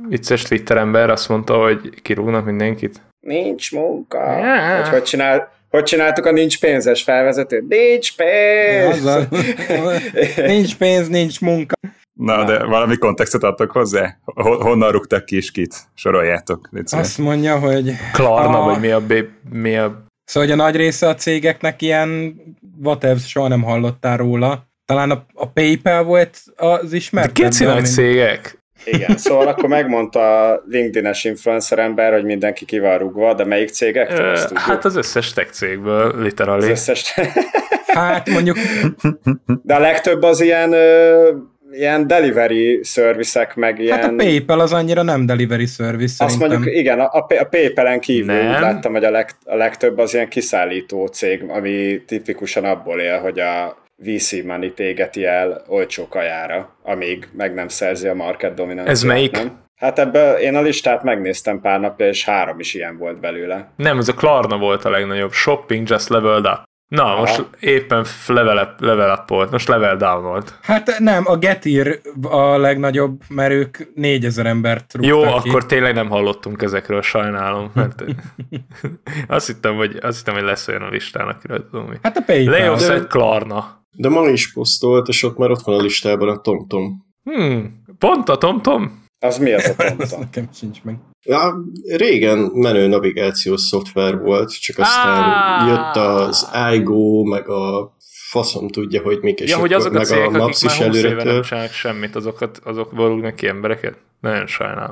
vicces Twitter ember azt mondta, hogy kirúgnak mindenkit? Nincs munka. Hogy csináltuk a nincs pénzes felvezetőt? Nincs pénz! Nincs pénz, nincs munka. Na, de valami kontextet adtok hozzá? Honnan rúgtak ki és kit? Soroljátok. Azt mondja, hogy... Klarna, vagy mi a... Szóval, hogy a nagy része a cégeknek ilyen whatever, soha nem hallottál róla. Talán a PayPal volt az ismert. Kicsi nagy cégek. Igen, szóval akkor megmondta a LinkedIn-es influencer ember, hogy mindenki ki van rúgva, de melyik cégektől? Hát az összes tech cégből, literally. Az összes... Hát mondjuk... De a legtöbb az ilyen delivery service-ek, meg ilyen... Hát a PayPal az annyira nem delivery service azt szerintem. mondjuk, igen, a PayPal-en kívül nem. Láttam, hogy a legtöbb az ilyen kiszállító cég, ami tipikusan abból él, hogy a VC money égeti el olcsó kajára, amíg meg nem szerzi a market dominanciát. Ez melyik? Nem? Hát ebből én a listát megnéztem pár napja, és 3 is ilyen volt belőle. Nem, ez a Klarna volt a legnagyobb. Shopping just leveled up. Na, most éppen level up volt, most level down volt. Hát nem, a Getir a legnagyobb, mert ők 4000 embert rúgtak Jó, ki. akkor tényleg nem hallottunk ezekről, sajnálom, mert azt hittem, hogy lesz olyan a listán, akiről tudom. Hát a PayPal. Layoffs egy Klarna. De ma is posztolt, és ott már ott van a listában a TomTom. Pont a TomTom? Az mi az a TomTom? Az nekem sincs meg. Ja, régen menő navigációs szoftver volt, csak aztán jött az iGo, meg a faszom tudja, hogy mik, és hogy azok a meg cégek, a Maps akik is már 20 éve előre nem csinálnak semmit, azok valógnak ki embereket? Nagyon sajnálom.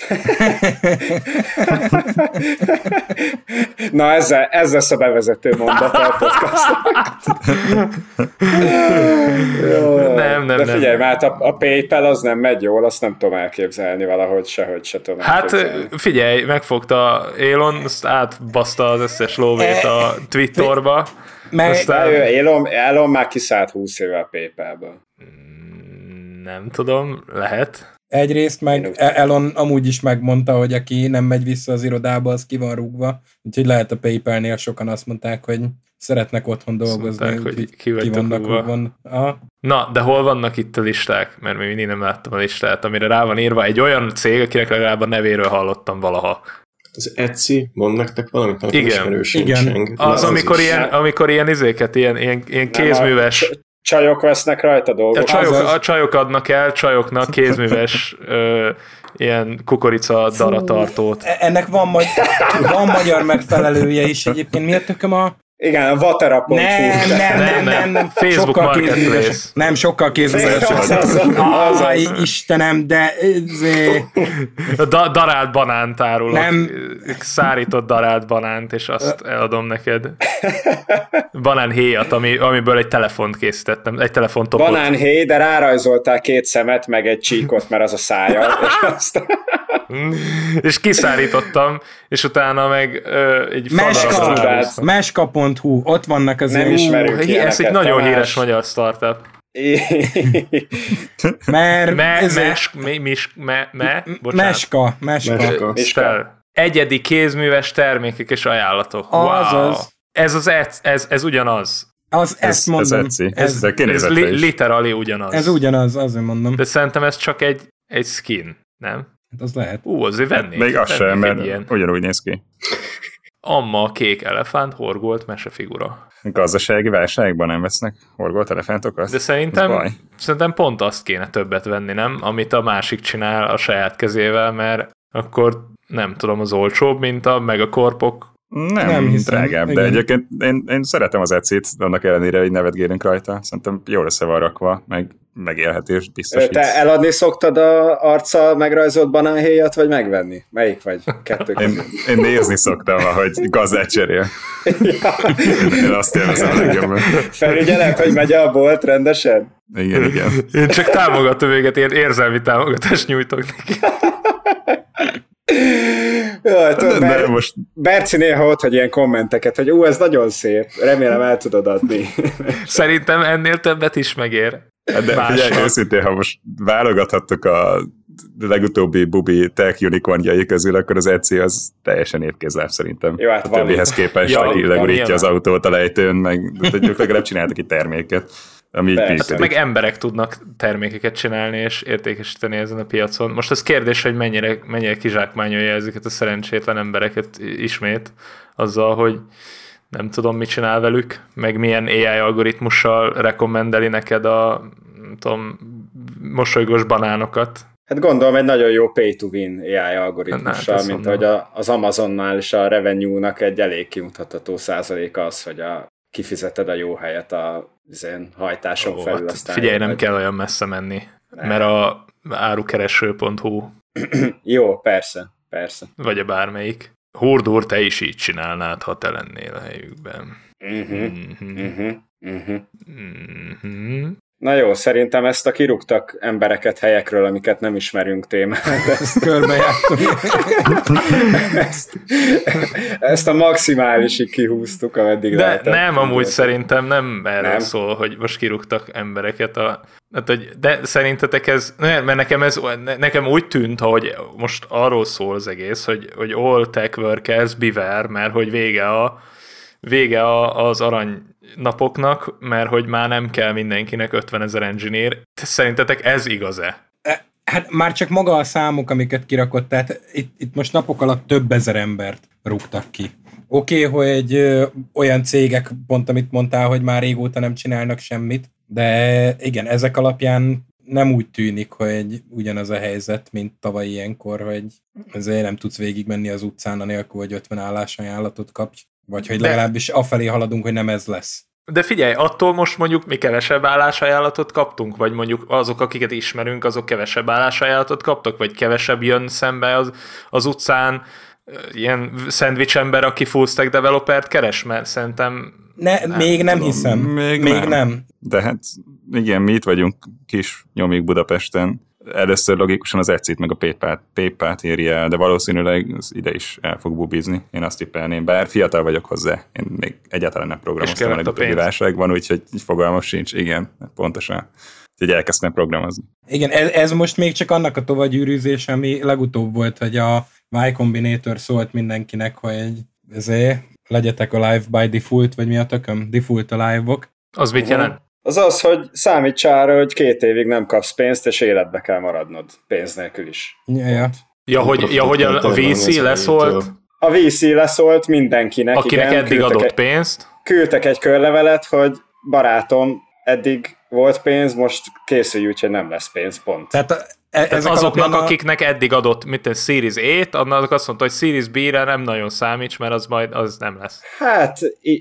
Na, ez lesz a bevezető mondata a podcastnak. Nem. De figyelj, mert a PayPal az nem megy jól, azt nem tudom elképzelni valahogy, sehogy se tudom elképzelni. Hát figyelj, megfogta Elon, azt átbaszta az összes lóvét a Twitterba. Aztán... Elon már kiszállt 20 éve a PayPal-ből. Nem tudom, lehet. Egyrészt meg Elon amúgy is megmondta, hogy aki nem megy vissza az irodába, az ki van rúgva. Úgyhogy lehet a PayPal-nél sokan azt mondták, hogy szeretnek otthon dolgozni. Mondták, hogy ki vannak rúgva. Na, de hol vannak itt a listák? Mert még mindig nem láttam a listát, amire rá van írva egy olyan cég, akinek legalább a nevéről hallottam valaha. Az Etsy, mond nektek valamit? Igen. Az, amikor ilyen izéket, ilyen kézműves... Csajok vesznek rajta dolgot. A csajok adnak el, csajoknak kézműves ilyen kukorica daratartót. Ennek van magyar megfelelője is egyébként. Mi a tököm a... Igen, a vatera.hu. Nem. Facebook Marketplace. Nem, sokkal kézműves. Istenem, de... Darált banánt árulok. Nem. Szárított darált banánt, és azt eladom neked. Banánhéjat, amiből egy telefont készítettem. Egy telefontopot. Banánhéj, de rárajzoltál 2 szemet, meg egy csíkot, mert az a szája. És kiszárítottam, és utána meg egy Meska.hu, ott vannak az nem ismerünk ilyeneket. Ez egy nagyon híres magyar startup. Meska. Egyedi kézműves termékek és ajánlatok. Azaz. Ez ugyanaz. Ezt mondom. Ez literally ugyanaz. Ez ugyanaz, azért mondom. De szerintem ez csak egy skin, nem? Hát az lehet. Azért vennék. Még az sem, mert ugyanúgy néz ki. Amma a kék elefánt horgolt mesefigura. Gazdasági válságban nem vesznek horgolt elefántokat? De szerintem pont azt kéne többet venni, nem? Amit a másik csinál a saját kezével, mert akkor nem tudom, az olcsóbb, mint a megakorpok. Nem hiszem, drágább, igen. De egyébként én szeretem az Etsy-t, annak ellenére, hogy nevetgélünk rajta. Szerintem jól össze van rakva, meg megélhetés biztosít. Te eladni szoktad a arccal megrajzolt banánhéjat, vagy megvenni? Melyik vagy? Kettő én nézni szoktam, ahogy gazdát cserél. Én azt élvezem a legjobban. Felügyelet, hogy megy a bolt rendesen? Igen. Én csak támogatom őket, ilyen érzelmi támogatást nyújtok neki. Jaj, tudom, most... Berci néha ott hagy ilyen kommenteket, hogy ez nagyon szép, remélem el tudod adni. Szerintem ennél többet is megér. De figyelj, őszintén, ha most válogathattuk a legutóbbi bubi tech unicornjai közül, akkor az Etsy az teljesen évkézláb szerintem. Jó, hát a többihez képest, hogy legurítja az autót a lejtőn, meg ők legalább csináltak egy terméket. ami Persze. Meg emberek tudnak termékeket csinálni és értékesíteni ezen a piacon. Most az kérdés, hogy mennyire kizsákmányolja ezeket a szerencsétlen embereket ismét azzal, hogy nem tudom, mit csinál velük, meg milyen AI algoritmussal rekommendeli neked a nem tudom, mosolygós banánokat. Hát gondolom egy nagyon jó pay-to-win AI algoritmussal, mint hogy az Amazonnál is a revenue-nak egy elég kimutatható százaléka az, hogy kifizeted a jó helyet a hajtáson felül. Aztán figyelj, nem kell olyan messze menni, mert a árukereső.hu jó, persze. vagy a bármelyik. Hurdur, te is így csinálnád, ha te lennél a helyükben. Na jó, szerintem ezt a kirúgtak embereket helyekről, amiket nem ismerünk témát. Ezt körbejártunk. ezt a maximálisig kihúztuk, ameddig de lehetett. nem, amúgy szerintem nem erről szól, hogy most kirúgtak embereket. De szerintetek ez, mert nekem úgy tűnt, hogy most arról szól az egész, hogy all tech workers beware, mert hogy vége az aranynapoknak, mert hogy már nem kell mindenkinek 50 000 engineer. Szerintetek ez igaz-e? Hát már csak maga a számok, amiket kirakott, tehát itt most napok alatt több ezer embert rúgtak ki. Oké, hogy olyan cégek, pont amit mondtál, hogy már régóta nem csinálnak semmit, de igen, ezek alapján nem úgy tűnik, hogy ugyanaz a helyzet, mint tavaly ilyenkor, hogy ezért nem tudsz végigmenni az utcán anélkül, hogy 50 állásajánlatot kapj. Vagy hogy legalábbis afelé haladunk, hogy nem ez lesz. De figyelj, attól most mondjuk mi kevesebb állásajánlatot kaptunk? Vagy mondjuk azok, akiket ismerünk, azok kevesebb állásajánlatot kaptak? Vagy kevesebb jön szembe az utcán ilyen szendvics ember, aki full stack developert keres? Mert szerintem... Még nem hiszem. Még nem. De hát igen, mi itt vagyunk kis nyomig Budapesten. Először logikusan az Etsy-t meg a PayPal-t írja el, de valószínűleg az ide is el fog bubizni. Én azt tippelném, bár fiatal vagyok hozzá. Én még egyáltalán nem programoztam, a legutóbbi válságban, úgyhogy fogalmam sincs. Igen, pontosan. Úgyhogy elkezdtem programozni. Igen, ez most még csak annak a tovagyűrűzés, ami legutóbb volt, hogy a Y Combinator szólt mindenkinek, hogy legyetek a live by default, vagy mi a tököm? Default a live-ok. Az mit jelent? Az, hogy számíts arra, hogy 2 évig nem kapsz pénzt, és életbe kell maradnod pénz nélkül is. Ja, hogy a VC leszólt? A VC leszólt mindenkinek. Akinek igen, eddig adott pénzt. Küldtek egy körlevelet, hogy barátom, eddig volt pénz, most készülj úgy, hogy nem lesz pénz, pont. Tehát azoknak, akiknek eddig adott, Series 8, annak azt mondta, hogy Series B-re nem nagyon számíts, mert az nem lesz. Hát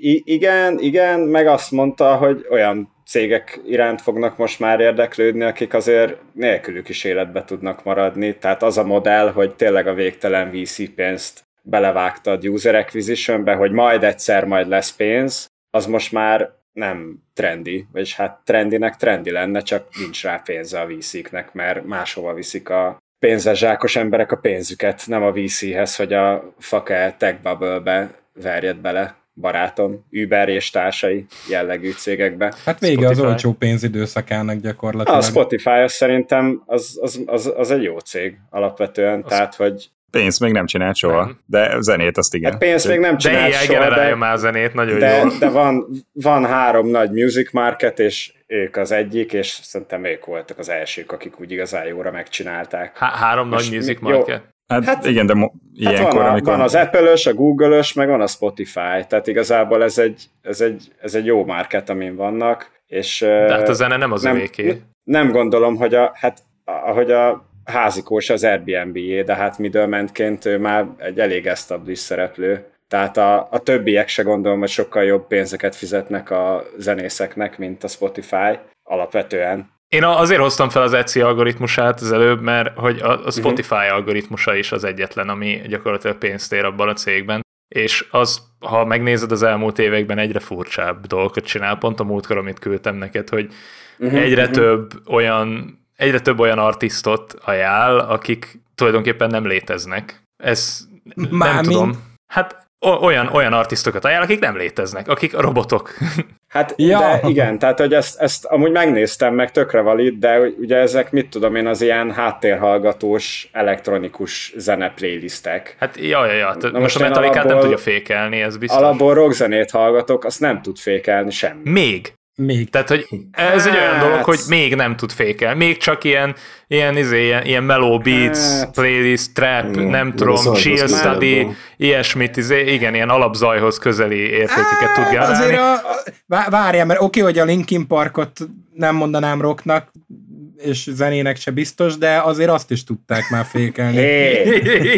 igen, meg azt mondta, hogy olyan cégek iránt fognak most már érdeklődni, akik azért nélkülük is életbe tudnak maradni. Tehát az a modell, hogy tényleg a végtelen VC pénzt belevágtad user acquisitionbe, hogy majd egyszer lesz pénz, az most már nem trendi, vagyis hát trendi lenne, csak nincs rá pénze a VC-knek, mert máshova viszik a pénzes zsákos emberek a pénzüket, nem a VC-hez, hogy a fuck tech bubble-be verjed bele, barátom, Uber és társai jellegű cégekbe. Hát vége Spotify. Az olcsó pénzidőszakának gyakorlatilag. A Spotify az szerintem az egy jó cég alapvetően, tehát hogy pénzt még nem csinált soha, de zenét azt igen. Hát pénzt még nem csinált soha, generálja már zenét, nagyon jó. De van 3 nagy music market, és ők az egyik, és szerintem ők voltak az elsők, akik úgy igazán jóra megcsinálták. 3 nagy music market? Hát igen, de ilyenkor, amikor... Van az Apple-ös, a Google-ös, meg van a Spotify, tehát igazából ez egy jó market, amin vannak, és... De hát a zene nem az övéké. Nem gondolom, hogy ahogy a házikós az Airbnb-jé, de hát middlemanként ő már egy elég established szereplő. Tehát a többiek se gondolom, hogy sokkal jobb pénzeket fizetnek a zenészeknek, mint a Spotify alapvetően. Én azért hoztam fel az Etsy algoritmusát az előbb, mert hogy a Spotify algoritmusa is az egyetlen, ami gyakorlatilag pénzt ér abban a cégben. És az, ha megnézed az elmúlt években, egyre furcsább dolgokat csinál. Pont a múltkor, amit küldtem neked, hogy egyre több olyan artistot ajánl, akik tulajdonképpen nem léteznek. Ez nem tudom. Hát olyan artistokat ajánl, akik nem léteznek, akik a robotok. Hát de igen, tehát hogy ezt amúgy megnéztem, meg tökre valid, de ugye ezek, mit tudom én, az ilyen háttérhallgatós, elektronikus zene playlistek. Hát ja. Most a Metallicát nem tudja fékelni, ez biztos. Alapból rockzenét hallgatok, azt nem tud fékelni semmi. Még? Még. Tehát, hogy ez egy olyan dolog, hogy még nem tud fékelni. Még csak ilyen mellow beats, playlist, trap, nem tudom, chill study, ilyesmit, igen, ilyen alapzajhoz közeli értékeket tud generálni. Azért várjál, mert oké, hogy a Linkin Parkot nem mondanám rocknak, és zenének se biztos, de azért azt is tudták már fékelni.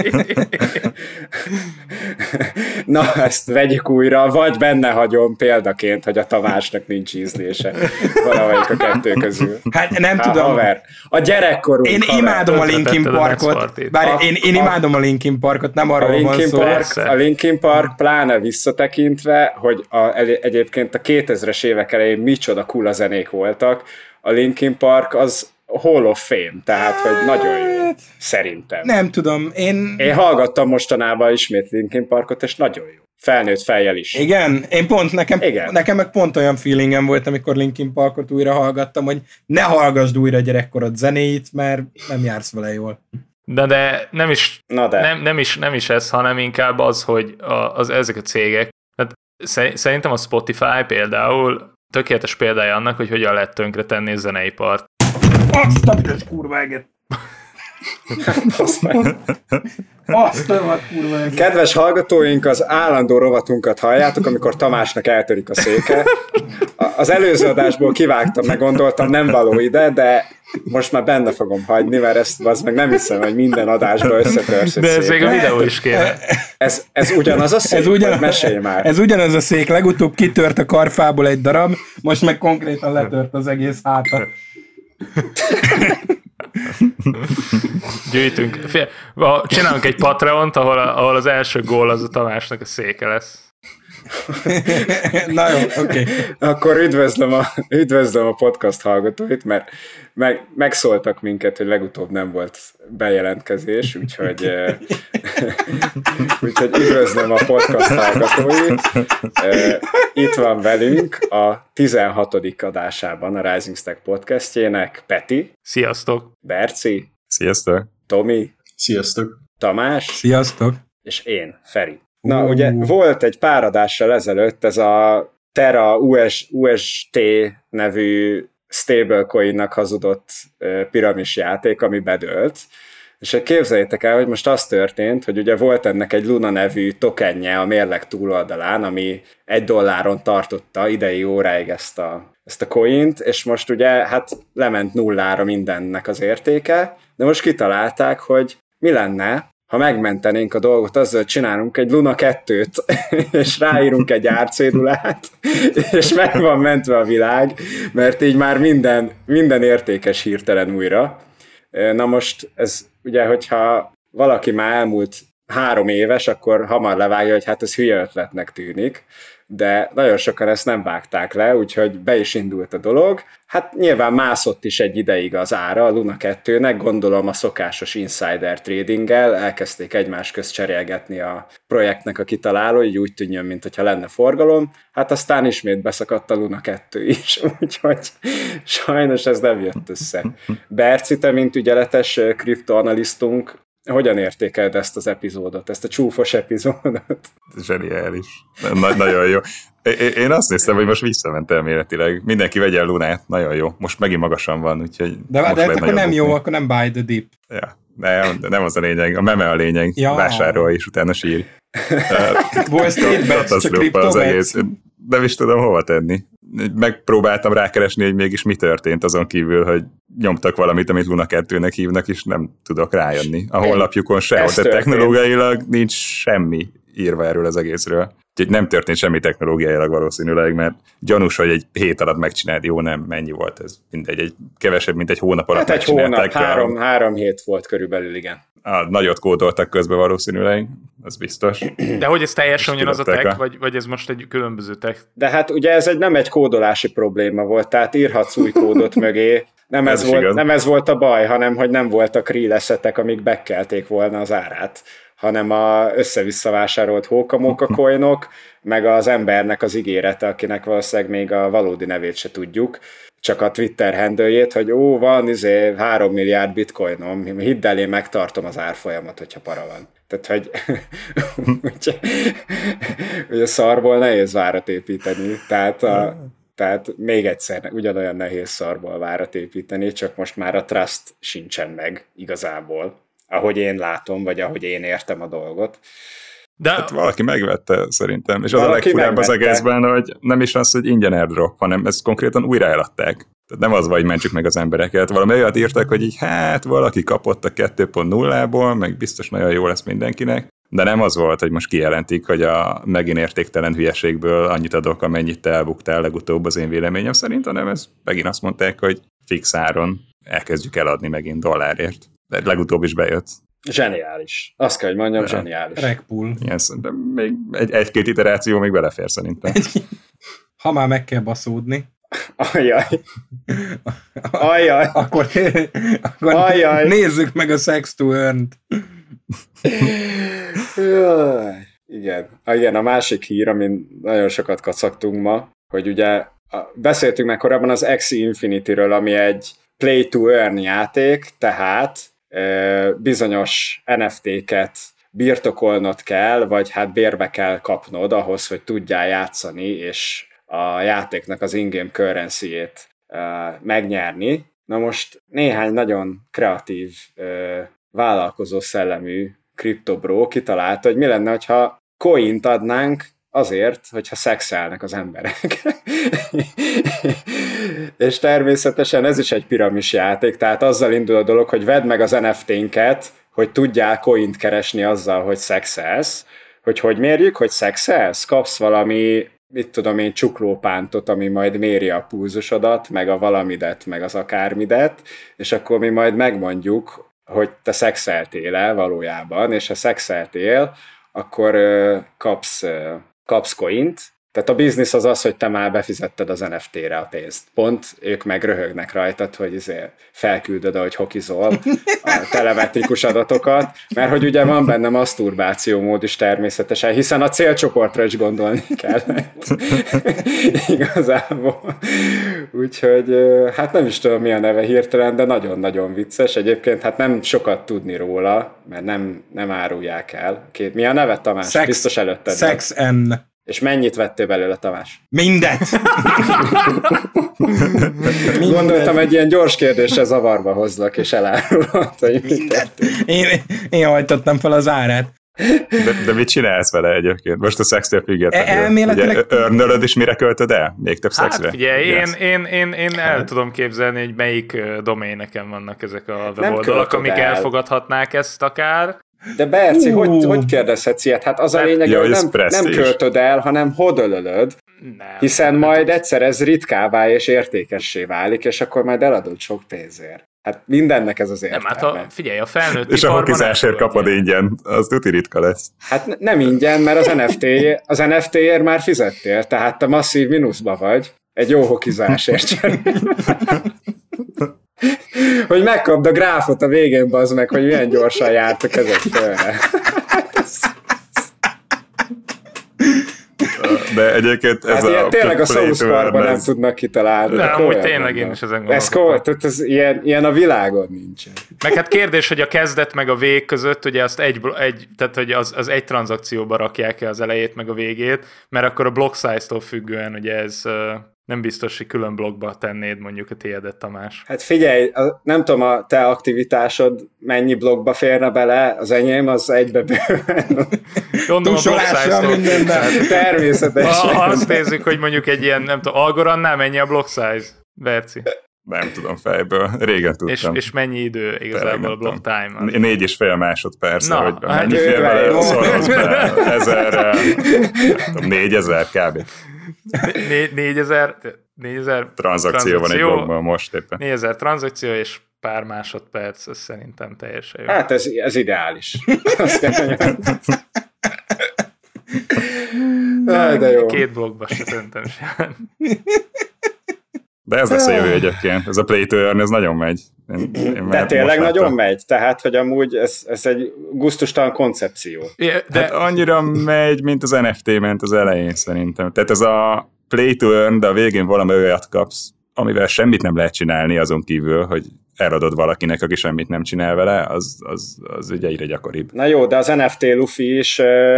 Na, ezt vegyük újra, vagy benne hagyom példaként, hogy a Tamásnak nincs ízlése valamelyik a kettő közül. Hát nem tudom. Haver. A gyerekkorunk. Én imádom a Linkin Parkot. Én imádom a Linkin Parkot, nem arról van szó. A Linkin Park pláne visszatekintve, hogy egyébként a 2000-es évek elején micsoda cool zenék voltak, a Linkin Park az Hall of Fame, tehát, hogy nagyon jó, szerintem. Nem tudom, én hallgattam mostanában ismét Linkin Parkot, és nagyon jó. Felnőtt fejjel is. Igen? Nekem meg pont olyan feelingem volt, amikor Linkin Parkot újra hallgattam, hogy ne hallgassd újra a gyerekkorod zenéit, mert nem jársz vele jól. De nem is ez, hanem inkább az, hogy ezek a cégek, tehát szerintem a Spotify például tökéletes példája annak, hogy hogyan lehet tönkretenni a zeneipart. Azt a büdös kurva eget! Azt a kurva eget! Kedves hallgatóink, az állandó rovatunkat halljátok, amikor Tamásnak eltörik a széke. Az előző adásból kivágtam, meg gondoltam, nem való ide, de most már benne fogom hagyni, mert ezt az meg nem hiszem, hogy minden adásban összetörsz egy de ez még a videó is kéne. Ez ugyanaz a szék? Mesélj már. Ez ugyanaz a szék. Legutóbb kitört a karfából egy darab, most meg konkrétan letört az egész háta. Gyűjtünk. Csinálunk egy Patreont, ahol az első gól az a Tamásnak a széke lesz. Na jó, oké. Akkor üdvözlöm a podcast hallgatóit, mert megszóltak minket, hogy legutóbb nem volt bejelentkezés, úgyhogy üdvözlöm a podcast hallgatóit. Itt van velünk a 16. adásában a Rising Stack podcastjének Peti. Sziasztok. Berci. Sziasztok. Tomi. Sziasztok. Tamás. Sziasztok. És én, Feri. Na, ugye volt egy pár adással ezelőtt ez a Terra UST nevű stablecoinnak hazudott piramis játék, ami bedőlt. És képzeljétek el, hogy most az történt, hogy ugye volt ennek egy Luna nevű tokenje a mérleg túloldalán, ami $1 tartotta idei óráig ezt a coint, és most ugye hát lement nullára mindennek az értéke, de most kitalálták, hogy mi lenne, ha megmentenénk a dolgot, azzal csinálunk egy Luna 2-t, és ráírunk egy árcédulát, és meg van mentve a világ, mert így már minden értékes hirtelen újra. Na most ez ugye, hogyha valaki már elmúlt 3 éves, akkor hamar levágja, hogy hát ez hülye ötletnek tűnik, de nagyon sokan ezt nem vágták le, úgyhogy be is indult a dolog. Hát nyilván mászott is egy ideig az ára a Luna 2-nek, gondolom a szokásos insider tradinggel, elkezdték egymás közt cserélgetni a projektnek a kitalálói, így úgy tűnjön, mintha lenne forgalom. Hát aztán ismét beszakadt a Luna 2 is, úgyhogy sajnos ez nem jött össze. Berci, te mint ügyeletes kriptoanalisztunk, hogyan értékeled ezt az epizódot, ezt a csúfos epizódot? Zseniális. Nagyon jó. Én azt néztem, hogy most visszament elméletileg. Mindenki vegye a Lunát, nagyon jó. Most megint magasan van, úgyhogy... De akkor nem jó, akkor nem buy the dip. Ja, nem az a lényeg. A meme a lényeg. Ja. Vásárolj, és utána sírj. Wall Street Bets, csak Crypto Bets. Nem is tudom hova tenni. Megpróbáltam rákeresni, hogy mégis mi történt azon kívül, hogy nyomtak valamit, amit Luna 2-nek hívnak, és nem tudok rájönni. A honlapjukon sehol, tehát technológiailag nincs semmi írva erről az egészről. Úgyhogy nem történt semmi technológiailag valószínűleg, mert gyanús, hogy egy hét alatt megcsináld. Jó, nem, mennyi volt ez? Mindegy, kevesebb, mint egy hónap alatt megcsinálták. Hát egy hónap, 3 hét volt körülbelül, igen. Nagyot kódoltak közben valószínűleg, az biztos. De hogy ez teljesen ugyanaz a tech, vagy ez most egy különböző tech? De hát ugye ez nem egy kódolási probléma volt, tehát írhatsz új kódot mögé. Nem ez volt a baj, hanem hogy nem voltak real assetek, amik bekkelték volna az árát, hanem a össze-vissza vásárolt hókamóka coinok, meg az embernek az ígérete, akinek valószínűleg még a valódi nevét se tudjuk, csak a Twitter handle-jét, hogy van 3 milliárd bitcoinom, hidd el, én megtartom az árfolyamat, hogyha para van. Tehát, hogy a szarból nehéz várat építeni. Tehát Tehát még egyszer ugyanolyan nehéz szarból várat építeni, csak most már a trust sincsen meg igazából, ahogy én látom, vagy ahogy én értem a dolgot. De hát valaki megvette szerintem, és az a legfurább az egészben, hogy nem is az, hogy ingyen airdrop, hanem ezt konkrétan újra eladták. Tehát nem az van, hogy mentsük meg az embereket. Valami olyat írtak, hogy így hát valaki kapott a 2.0-ból, meg biztos nagyon jó lesz mindenkinek, de nem az volt, hogy most kijelentik, hogy a megint értéktelen hülyeségből annyit adok, amennyit te elbuktál legutóbb az én véleményem szerint, hanem ez megint azt mondták, hogy fix áron elkezdjük eladni megint dollárért. De legutóbb is bejött. Zseniális. Azt kell, hogy mondjam, zseniális. Regpool. Igen, szerintem még egy-két iteráció még belefér szerintem. Ha már meg kell baszódni. Ajjaj. Ajjaj. Akkor Ajjaj. Nézzük meg a Sex to Earn-t. Igen, a másik hír, amin nagyon sokat kacagtunk ma, hogy ugye beszéltünk már korábban az Axie Infinity-ről, ami egy play to earn játék, tehát bizonyos NFT-ket birtokolnod kell, vagy hát bérbe kell kapnod ahhoz, hogy tudjál játszani, és a játéknak az in-game currency-ét megnyerni. Na most néhány nagyon kreatív, vállalkozó szellemű kriptobró kitalálta, hogy mi lenne, hogyha coint adnánk azért, hogyha szexelnek az emberek. És természetesen ez is egy piramis játék, tehát azzal indul a dolog, hogy vedd meg az NFT-nket, hogy tudjál coint keresni azzal, hogy szexelsz. Hogy mérjük, hogy szexelsz? Kapsz valami, mit tudom én, csuklópántot, ami majd méri a pulzusodat, meg a valamidet, meg az akármidet, és akkor mi majd megmondjuk, hogy te szexeltél-e valójában, és ha szexeltél, akkor kapsz coint. Tehát a biznisz az az, hogy te már befizetted az NFT-re a pénzt. Pont ők meg röhögnek rajtad, hogy felküldöd, ahogy hokizol a telemetrikus adatokat, mert hogy ugye van benne maszturbáció mód is természetesen, hiszen a célcsoportra is gondolni kell. Igazából. Úgyhogy hát nem is tudom, mi a neve hirtelen, de nagyon-nagyon vicces. Egyébként hát nem sokat tudni róla, mert nem árulják el. Mi a neve, Tamás? Biztos előtted. Sex N. És mennyit vettél belőle, Tamás? Mindet! Gondoltam, egy ilyen gyors kérdésre zavarba hozlak, és elárulod, hogy mit. Én hajtottam fel az árát. De mit csinálsz vele egyébként? Most a szextől függetlenül. Elméletileg... Örnölöd, és mire költöd el? Még több szexre? Hát figyelj, én el tudom képzelni, hogy melyik doméneken vannak ezek a weboldalak, amik elfogadhatnák ezt akár. De Berci, hogy kérdezhetsz ilyet? Hát az a lényeg, hogy nem költöd el, hanem hodölölöd, hiszen majd egyszer ez ritkává és értékessé válik, és akkor majd eladod sok pénzért. Hát mindennek ez az értelme. Nem, hát figyelj, a felnőtt és a hokizásért kapod ingyen, az tuti ritka lesz. Hát nem ingyen, mert az NFT-ért már fizettél, tehát te masszív mínuszba vagy. Egy jó hokizásért. Hogy megkapd a gráfot a végén, bazd meg, hogy milyen gyorsan jártak ezek tőle. De egyébként ez hát tényleg a South Parkban nem tudnak kitalálni. De amúgy tényleg én is ezen gondolkodtam. Ez ilyen a világon nincsen. Meg hát kérdés, hogy a kezdet meg a vég között, ugye azt tehát hogy az egy tranzakcióba rakják-e az elejét meg a végét, mert akkor a block size-tól függően ugye ez nem biztos, hogy külön blokkba tennéd mondjuk a tiédet, Tamás. Hát figyelj, nem tudom, a te aktivitásod mennyi blokkba férne bele, az enyém az egybe bőven. Gondolom a block size-tól. Természetesen. Ha azt nézzük, hogy mondjuk egy ilyen, nem tudom, Algorannál mennyi a block size, Berci? Nem tudom fejből, régen tudtam. És mennyi idő igazából a block time? 4,5 másodperc, hogy hát mennyi fél vele, szoroz be 1000, 4000 kb. 4000 tranzakció van egy blogban most éppen. 4000 tranzakció és pár másodperc, ez szerintem teljesen jó. Hát ez ideális. De jó. 2 blokkba se szerintem sem. De ez lesz a jövő egyébként. Ez a play to earn, ez nagyon megy. De tényleg nagyon megy? Tehát, hogy amúgy ez egy gusztustalan koncepció. De hát annyira megy, mint az NFT ment az elején szerintem. Tehát ez a play to earn, de a végén valami olyat kapsz, amivel semmit nem lehet csinálni azon kívül, hogy eladod valakinek, aki semmit nem csinál vele, az ugye egyre gyakoribb. Na jó, de az NFT lufi is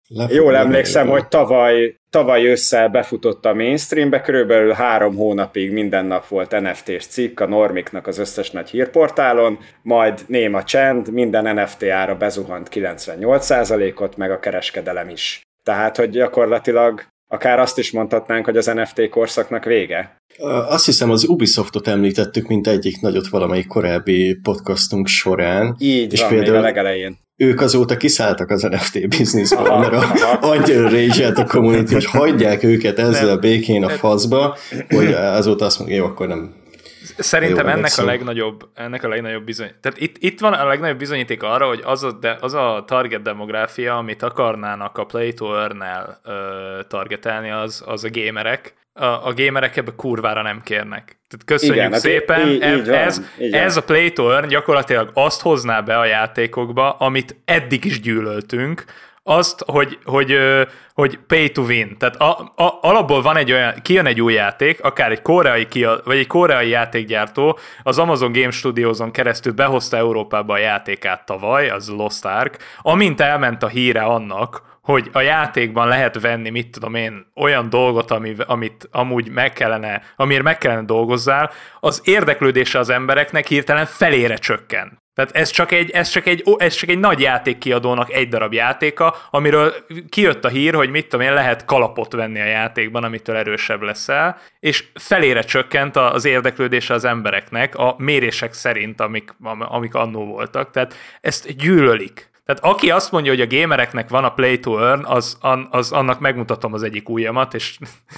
Jól emlékszem, hogy tavaly ősszel befutott a mainstreambe, körülbelül 3 hónapig minden nap volt NFT-s cikk a Normiknak az összes nagy hírportálon, majd néma csend, minden NFT ára bezuhant 98%-ot, meg a kereskedelem is. Tehát, hogy gyakorlatilag akár azt is mondhatnánk, hogy az NFT korszaknak vége. Azt hiszem, az Ubisoftot említettük, mint egyik nagyot valamelyik korábbi podcastunk során. Így és van, például még a legelején. Ők azóta kiszálltak az NFT bizniszből, mert annyira rage-elt a community, hogy hagyják őket ezzel a békén a faszba, hogy azóta azt mondja, jó, akkor nem. Szerintem ennek a legnagyobb bizonyíték. Tehát itt van a legnagyobb bizonyíték arra, hogy az a target demográfia, amit akarnának a Play to Earn-nel targetelni, az a gamerek. A gamerek ebbe kurvára nem kérnek. Tehát köszönjük igen, szépen. Ez a Play to Earn gyakorlatilag azt hozná be a játékokba, amit eddig is gyűlöltünk, azt, hogy pay to win. Tehát alapból van kijön egy új játék, akár egy koreai játékgyártó, az Amazon Game Studios-on keresztül behozta Európába a játékát tavaly, az Lost Ark, amint elment a híre annak, hogy a játékban lehet venni, mit tudom én, olyan dolgot, amit amúgy amiért meg kellene dolgozzál, az érdeklődése az embereknek hirtelen felére csökken. Tehát ez csak egy nagy játékkiadónak egy darab játéka, amiről kijött a hír, hogy mit tudom én, lehet kalapot venni a játékban, amitől erősebb leszel, és felére csökkent az érdeklődése az embereknek a mérések szerint, amik annó voltak. Tehát ezt gyűlölik. Tehát aki azt mondja, hogy a gamereknek van a Play to Earn, az annak megmutatom az egyik ujjamat, és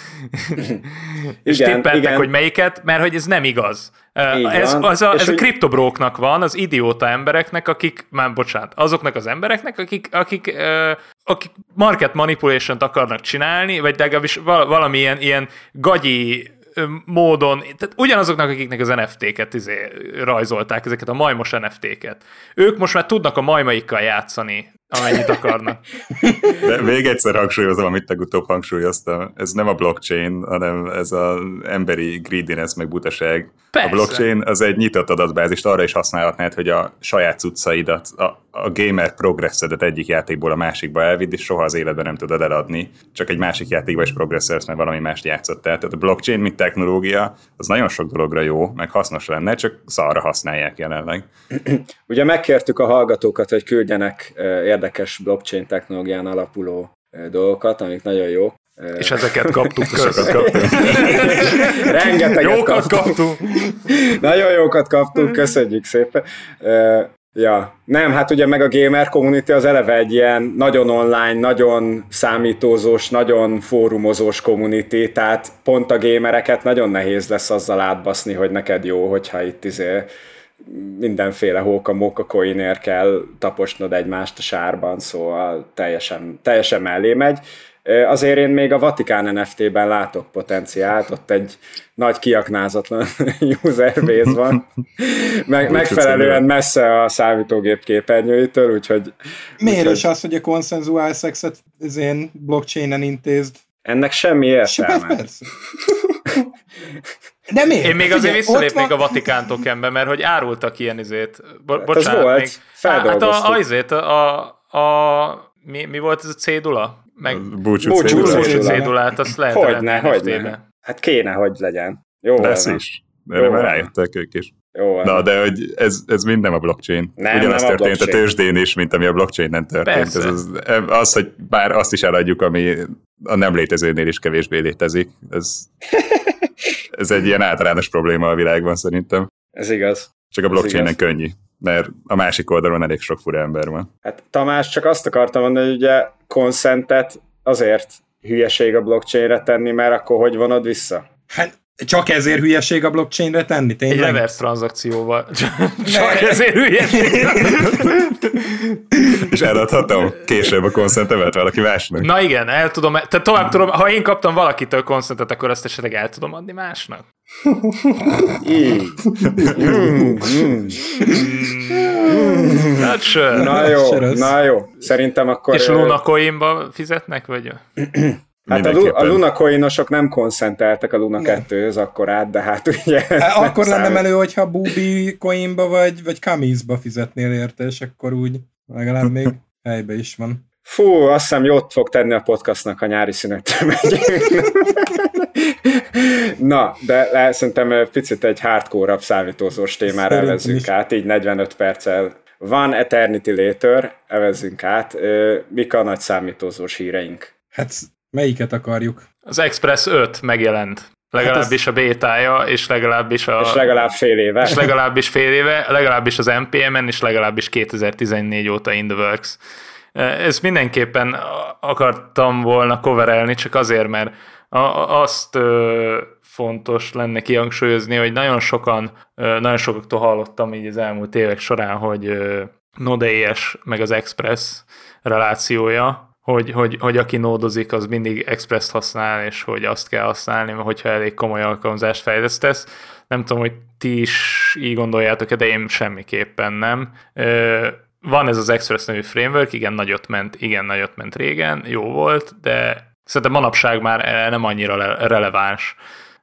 tippeltek, hogy melyiket, mert hogy ez nem igaz. Ez a kriptobróknak van, az idióta embereknek, azoknak az embereknek, akik market manipulation-t akarnak csinálni, vagy legalábbis valamilyen ilyen gagyi módon, tehát ugyanazoknak, akiknek az NFT-ket rajzolták, ezeket a majmos NFT-ket. Ők most már tudnak a majmaikkal játszani, amennyit akarnak. De még egyszer hangsúlyozom, amit legutóbb hangsúlyoztam. Ez nem a blockchain, hanem ez az emberi greediness meg butaság. Persze. A blockchain az egy nyitott adatbázist, arra is használhatnád, hogy a saját cuccaidat, a gamer progresszedet egyik játékból a másikba elvidd, és soha az életben nem tudod eladni. Csak egy másik játékba is progresszersz, mert valami mást játszottál. Tehát a blockchain, mint technológia, az nagyon sok dologra jó, meg hasznos lenne, csak szarra használják jelenleg. Ugye megkértük a hallgatókat, hogy küldjenek érdekes blockchain technológián alapuló dolgokat, amik nagyon jók. És ezeket kaptuk. Rengeteget jókat kaptunk. Nagyon jókat kaptunk, köszönjük szépen. Ja, nem, hát ugye meg a gamer community az eleve egy ilyen nagyon online, nagyon számítózós, nagyon fórumozós community, tehát pont a gamereket nagyon nehéz lesz azzal átbaszni, hogy neked jó, hogyha itt mindenféle hóka-móka coinért kell taposnod egymást a sárban, szóval teljesen mellé megy. Azért én még a Vatikán NFT-ben látok potenciált, ott egy nagy kiaknázatlan userbase van, megfelelően messze a számítógép képernyőitől, úgyhogy... Miért is az, hogy a konszenzuál szexet blockchainen intézd? Ennek semmi értelme. Persze. De miért? Én még azért visszalépnék a Vatikán tokenbe, mert hogy árultak ilyen bocsánat. Ez volt, feldolgoztuk. Mi volt ez a cédula? Búcsú cédulát, azt lehet Hogyne. Hát kéne, hogy legyen. Jó lesz is. Erre már rájöttek ők is. Na, de hogy ez mind nem a blockchain. Ugyanaz történt a tőzsdén is, mint ami a blockchain nem történt. Az, hogy bár azt is eladjuk, ami a nem létezőnél is kevésbé létezik. Ez egy ilyen általános probléma a világban szerintem. Ez igaz. Csak a blockchainen könnyű, mert a másik oldalon elég sok fura ember van. Hát Tamás, csak azt akartam mondani, hogy ugye conszentet azért hülyeség a blockchainre tenni, mert akkor hogy vonod vissza? Hát csak ezért hülyeség a blockchainre tenni, tényleg? Egy reverse tranzakcióval. Csak ezért hülyeség. És eladhatom később a konszentemet valaki másnak. Na igen, el tudom, tehát tovább tudom, ha én kaptam valakitől konszentet, akkor azt esetleg el tudom adni másnak. Na jó. Szerintem akkor... És Luna Coinba fizetnek, vagy? Hát a Luna coinosok nem konszenteltek a Luna 2-höz akkorát, de hát ugye... Akkor lenne menő, hogyha Bubi Coinba vagy Kamisba fizetnél érte, és akkor úgy legalább még helybe is van. Fú, azt hiszem jót fog tenni a podcastnak, a nyári szünetre megyünk. Na, de szerintem picit egy hardcore-abb számítózós témára evezzünk át, így 45 perccel. Van Eternity Later, evezzünk át. Mik a nagy számítózós híreink? Hát melyiket akarjuk? Az Express 5 megjelent. Legalábbis a bétája, és legalábbis És legalább fél éve. És legalábbis fél éve, legalábbis az NPM-en, és legalábbis 2014 óta in the works. Ezt mindenképpen akartam volna coverelni, csak azért, mert azt fontos lenne kihangsúlyozni, hogy nagyon sokaktól hallottam így az elmúlt évek során, hogy Node.js meg az Express relációja, hogy aki nódozik, az mindig Express-t használ, és hogy azt kell használni, mert hogyha elég komoly alkalmazást fejlesztesz. Nem tudom, hogy ti is így gondoljátok, de én semmiképpen nem. Van ez az Express nevű framework, igen, nagyot ment régen, jó volt, de szerintem manapság már nem annyira releváns.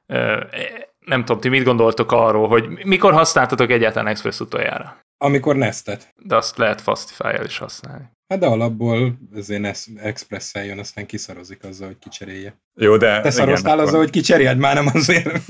Nem tudom, ti mit gondoltok arról, hogy mikor használtatok egyáltalán Express utoljára? Amikor Nestet. De azt lehet Fastify-el is használni. Hát de alapból azért Express-el jön, aztán kiszarozik azzal, hogy kicserélje. Jó, de... Te szaroztál azzal, hogy kicseréld, már nem azért.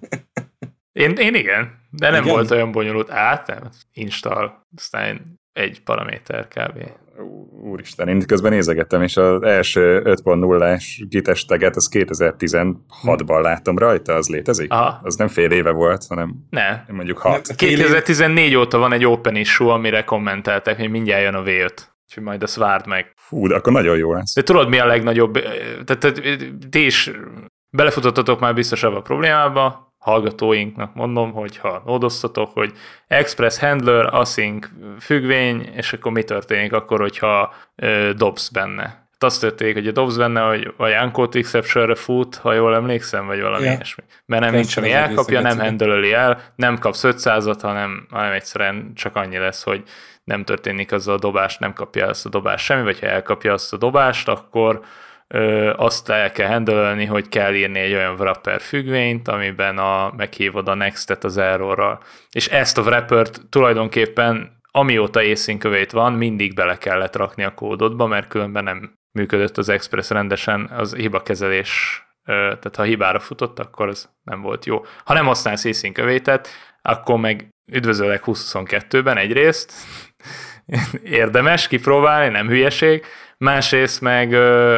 Én igen, de nem igen? volt olyan bonyolult. Nem. Install, aztán egy paraméter kb. Úristen, én közben nézegettem, és az első 5.0-es Git-es taget, az 2016-ban láttam rajta, az létezik? Aha. Az nem fél éve volt, hanem mondjuk 6. 2014 óta van egy open issue, amire kommenteltek, hogy mindjárt jön a V5. Úgyhogy majd azt várd meg. Hú, de akkor nagyon jó lesz. De tudod, mi a legnagyobb... Tehát ti is belefutottatok már biztos ebbe a problémába, hallgatóinknak mondom, hogy ha nódoztatok, hogy Express Handler, async függvény, és akkor mi történik akkor, hogyha dobsz benne. Hát azt történik, hogy a dobsz benne, hogy vagy uncaught exceptionre fut, ha jól emlékszem, vagy valami ilyesmi. Mert nem nincs, ami elkapja, nem handle-öli el, nem kapsz 500-at, hanem egyszerűen csak annyi lesz, hogy nem történik az a dobás, nem kapja azt a dobást semmi, vagy ha elkapja azt a dobást, akkor azt el kell handle-ölni, hogy kell írni egy olyan wrapper függvényt, amiben meghívod a next-et az errorral. És ezt a wrappert tulajdonképpen, amióta async await van, mindig bele kellett rakni a kódodba, mert különben nem működött az Express rendesen, az hibakezelés, tehát ha hibára futott, akkor az nem volt jó. Ha nem használsz async await-et, akkor meg üdvözöllek 2022-ben egyrészt, érdemes kipróbálni, nem hülyeség, másrészt meg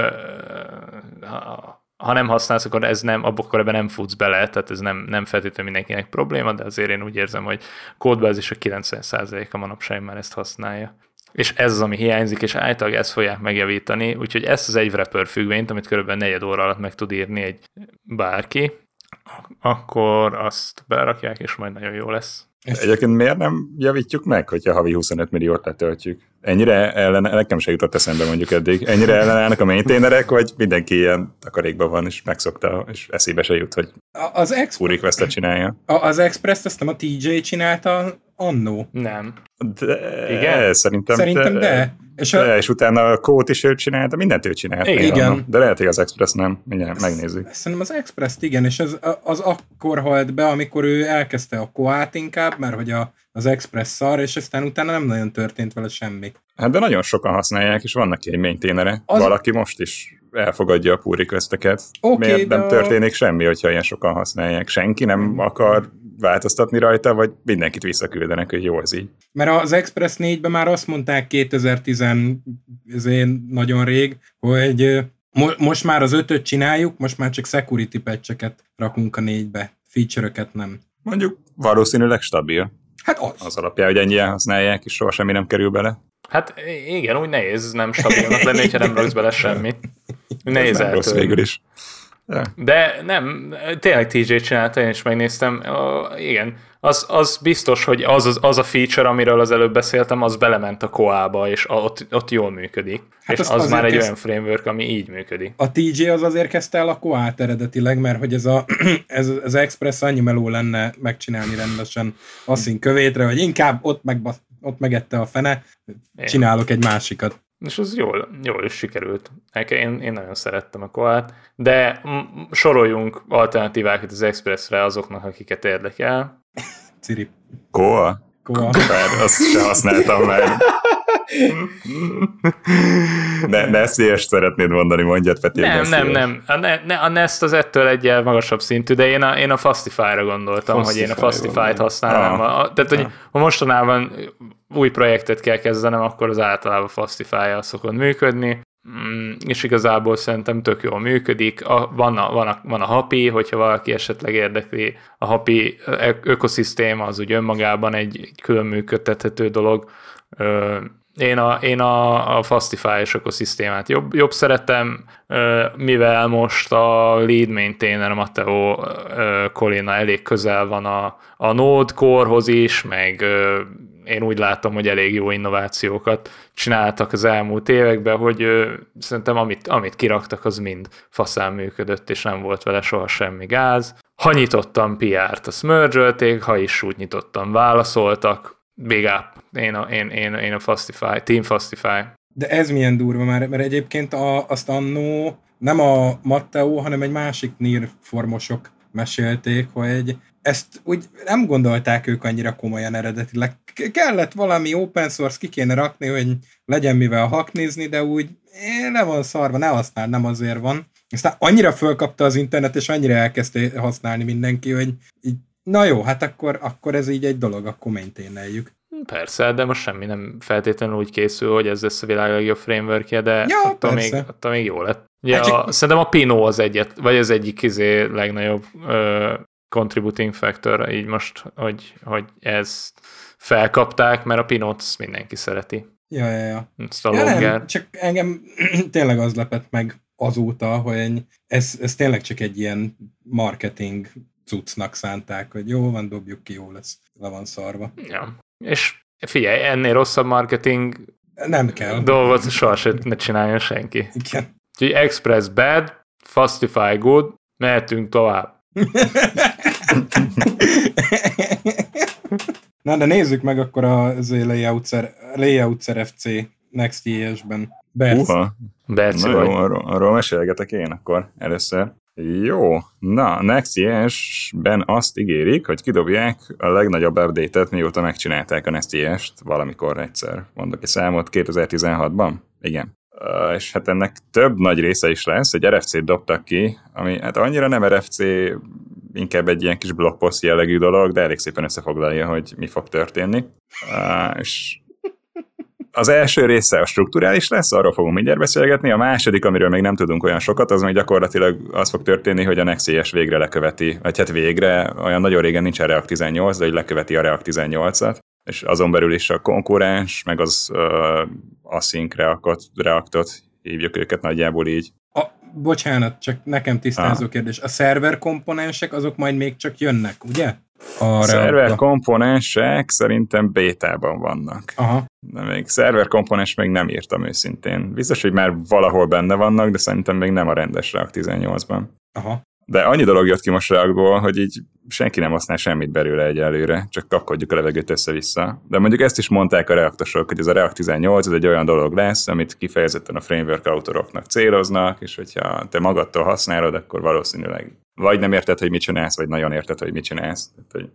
ha nem használsz, akkor akkor ebben nem futsz bele, tehát ez nem feltétlenül mindenkinek probléma, de azért én úgy érzem, hogy kódbázis a 90%-a manapság már ezt használja. És ez az, ami hiányzik, és általában ezt fogják megjavítani, úgyhogy ezt az egy wrapper függvényt, amit körülbelül 4 óra alatt meg tud írni egy bárki, akkor azt berakják, és majd nagyon jó lesz. Egyébként miért nem javítjuk meg, hogyha havi 25 milliót letöltjük? Ennyire nekem se jutott eszembe mondjuk eddig, ennyire ellenállnak a maintainerek, vagy mindenki ilyen takarékban van, és megszokta, és eszébe se jut, hogy pull request-et csinálja. Az Express-t azt nem a TJ csinálta annó? Nem. De, igen? Szerintem de. És utána a Code is őt csinálta, mindent őt csinálta. Igen. De lehet, hogy az Express nem. Mindjárt megnézzük. Szerintem az Express-t igen, és az akkor halt be, amikor ő elkezdte a Coát inkább, mert hogy az Express szar, és aztán utána nem nagyon történt vele semmi. Hát de nagyon sokan használják, és van neki egy maintainere. Valaki most is elfogadja a pull request-eket. Miért nem történik semmi, hogyha ilyen sokan használják? Senki nem akar változtatni rajta, vagy mindenkit visszaküldenek, hogy jó ez így? Mert az Express 4-ben már azt mondták 2010 nagyon rég, hogy most már az 5-öt csináljuk, most már csak security patch-eket rakunk a 4-be, feature-öket nem. Mondjuk valószínűleg stabil. Hát az alapján, hogy ennyien használják, és soha semmi nem kerül bele. Hát igen, úgy nehéz nem stabilnak lenni, hogyha nem raksz bele semmit. Nehéz eltörni. Rossz végül is. Ja. De nem, tényleg TJ csinálta, én is megnéztem. Igen, az biztos, hogy az a feature, amiről az előbb beszéltem, az belement a Coába, és ott jól működik. Hát és az már egy olyan framework, ami így működik. A TJ az azért kezdte el a Coát eredetileg, mert hogy ez az Express annyi meló lenne megcsinálni rendesen async kövétre, hogy inkább ott megette a fene, csinálok egy másikat. És az jól is sikerült. Én nagyon szerettem a Coát, de soroljunk alternatívákat az Expressre azoknak, akiket érdekel. Cirip. Coa? Azt se használtam már. Ne NES-t szeretnéd mondani, mondjad, Peti. Nem. A NES-t az ettől egyel magasabb szintű, de én a Fastify-ra gondoltam, hogy én a Fastify-t használnám. Tehát, hogy ha mostanában új projektet kell kezdenem, akkor az általában Fastify-jal szokott működni, és igazából szerintem tök jól működik. Van a Happy, hogyha valaki esetleg érdekli, a Happy ökoszisztéma az úgy önmagában egy külön működtethető dolog. Én a Fastify-os ökoszisztémát jobb szeretem, mivel most a lead maintainer, Matteo Colina elég közel van a Node Core-hoz is, meg én úgy látom, hogy elég jó innovációkat csináltak az elmúlt években, hogy szerintem amit kiraktak, az mind faszán működött, és nem volt vele soha semmi gáz. Ha nyitottam PR-t, azt mergelték, ha is úgy nyitottam, válaszoltak. Big up. Én a Fastify, Team Fastify. De ez milyen durva már, mert egyébként azt annó nem a Matteo, hanem egy másik NIR formosok mesélték, hogy ezt úgy nem gondolták ők annyira komolyan eredetileg. Kellett valami open source, ki kéne rakni, hogy legyen mivel hacknizni, de úgy le van szarva, ne használd, nem azért van. Aztán annyira fölkapta az internet, és annyira elkezdte használni mindenki, hogy így, na jó, hát akkor ez így egy dolog, akkor maintain-eljük. Persze, de most semmi nem feltétlenül úgy készül, hogy ez lesz a világ legjobb frameworkje, de ja, attól még jó lett. Ugye szerintem a Pinot az egyik legnagyobb contributing factor, így most, hogy ezt felkapták, mert a Pinot mindenki szereti. Ja. Ezt a nem, csak engem tényleg az lepett meg azóta, hogy ez tényleg csak egy ilyen marketing cuccnak szánták, hogy jó van, dobjuk ki, jó lesz, le van szarva. Ja. És figyelj, ennél rosszabb marketing nem kell. Dolgot sohasem ne csináljon senki. Igen. Úgyhogy Express bad, Fastify good, mehetünk tovább. Na, de nézzük meg akkor az Layoutser FC Next.js-ben. Berci vagy. Jó, arról mesélgetek én akkor először. Jó, na, Next.js-ben azt ígérik, hogy kidobják a legnagyobb update-et, mióta megcsinálták a Next.js-t valamikor egyszer. Mondok egy számot, 2016-ban? Igen. És hát ennek több nagy része is lesz, egy RFC-t dobtak ki, ami hát annyira nem RFC, inkább egy ilyen kis blogpost jellegű dolog, de elég szépen összefoglalja, hogy mi fog történni. És az első része a strukturális lesz, arról fogunk mindjárt beszélgetni, a második, amiről még nem tudunk olyan sokat, az még gyakorlatilag az fog történni, hogy a Next.js végre leköveti, vagy hát végre, olyan nagyon régen nincsen React 18, de hogy leköveti a React 18-at, és azon belül is a konkurens, meg az async Reactot hívjuk őket nagyjából így. Bocsánat, csak nekem tisztázó kérdés. A szerver komponensek azok majd még csak jönnek, ugye? A szerver komponensek szerintem bétában vannak. Aha. De még szerver komponens még nem írtam őszintén. Biztos, hogy már valahol benne vannak, de szerintem még nem a rendes React 18-ban. Aha. De annyi dolog jött ki most Reactból, hogy így senki nem használ semmit belőle egyelőre, csak kapkodjuk a levegőt össze-vissza. De mondjuk ezt is mondták a reaktosok, hogy ez a React 18 ez egy olyan dolog lesz, amit kifejezetten a framework autoroknak céloznak, és hogyha te magadtól használod, akkor valószínűleg vagy nem érted, hogy mit csinálsz, vagy nagyon érted, hogy mit csinálsz. Tehát, hogy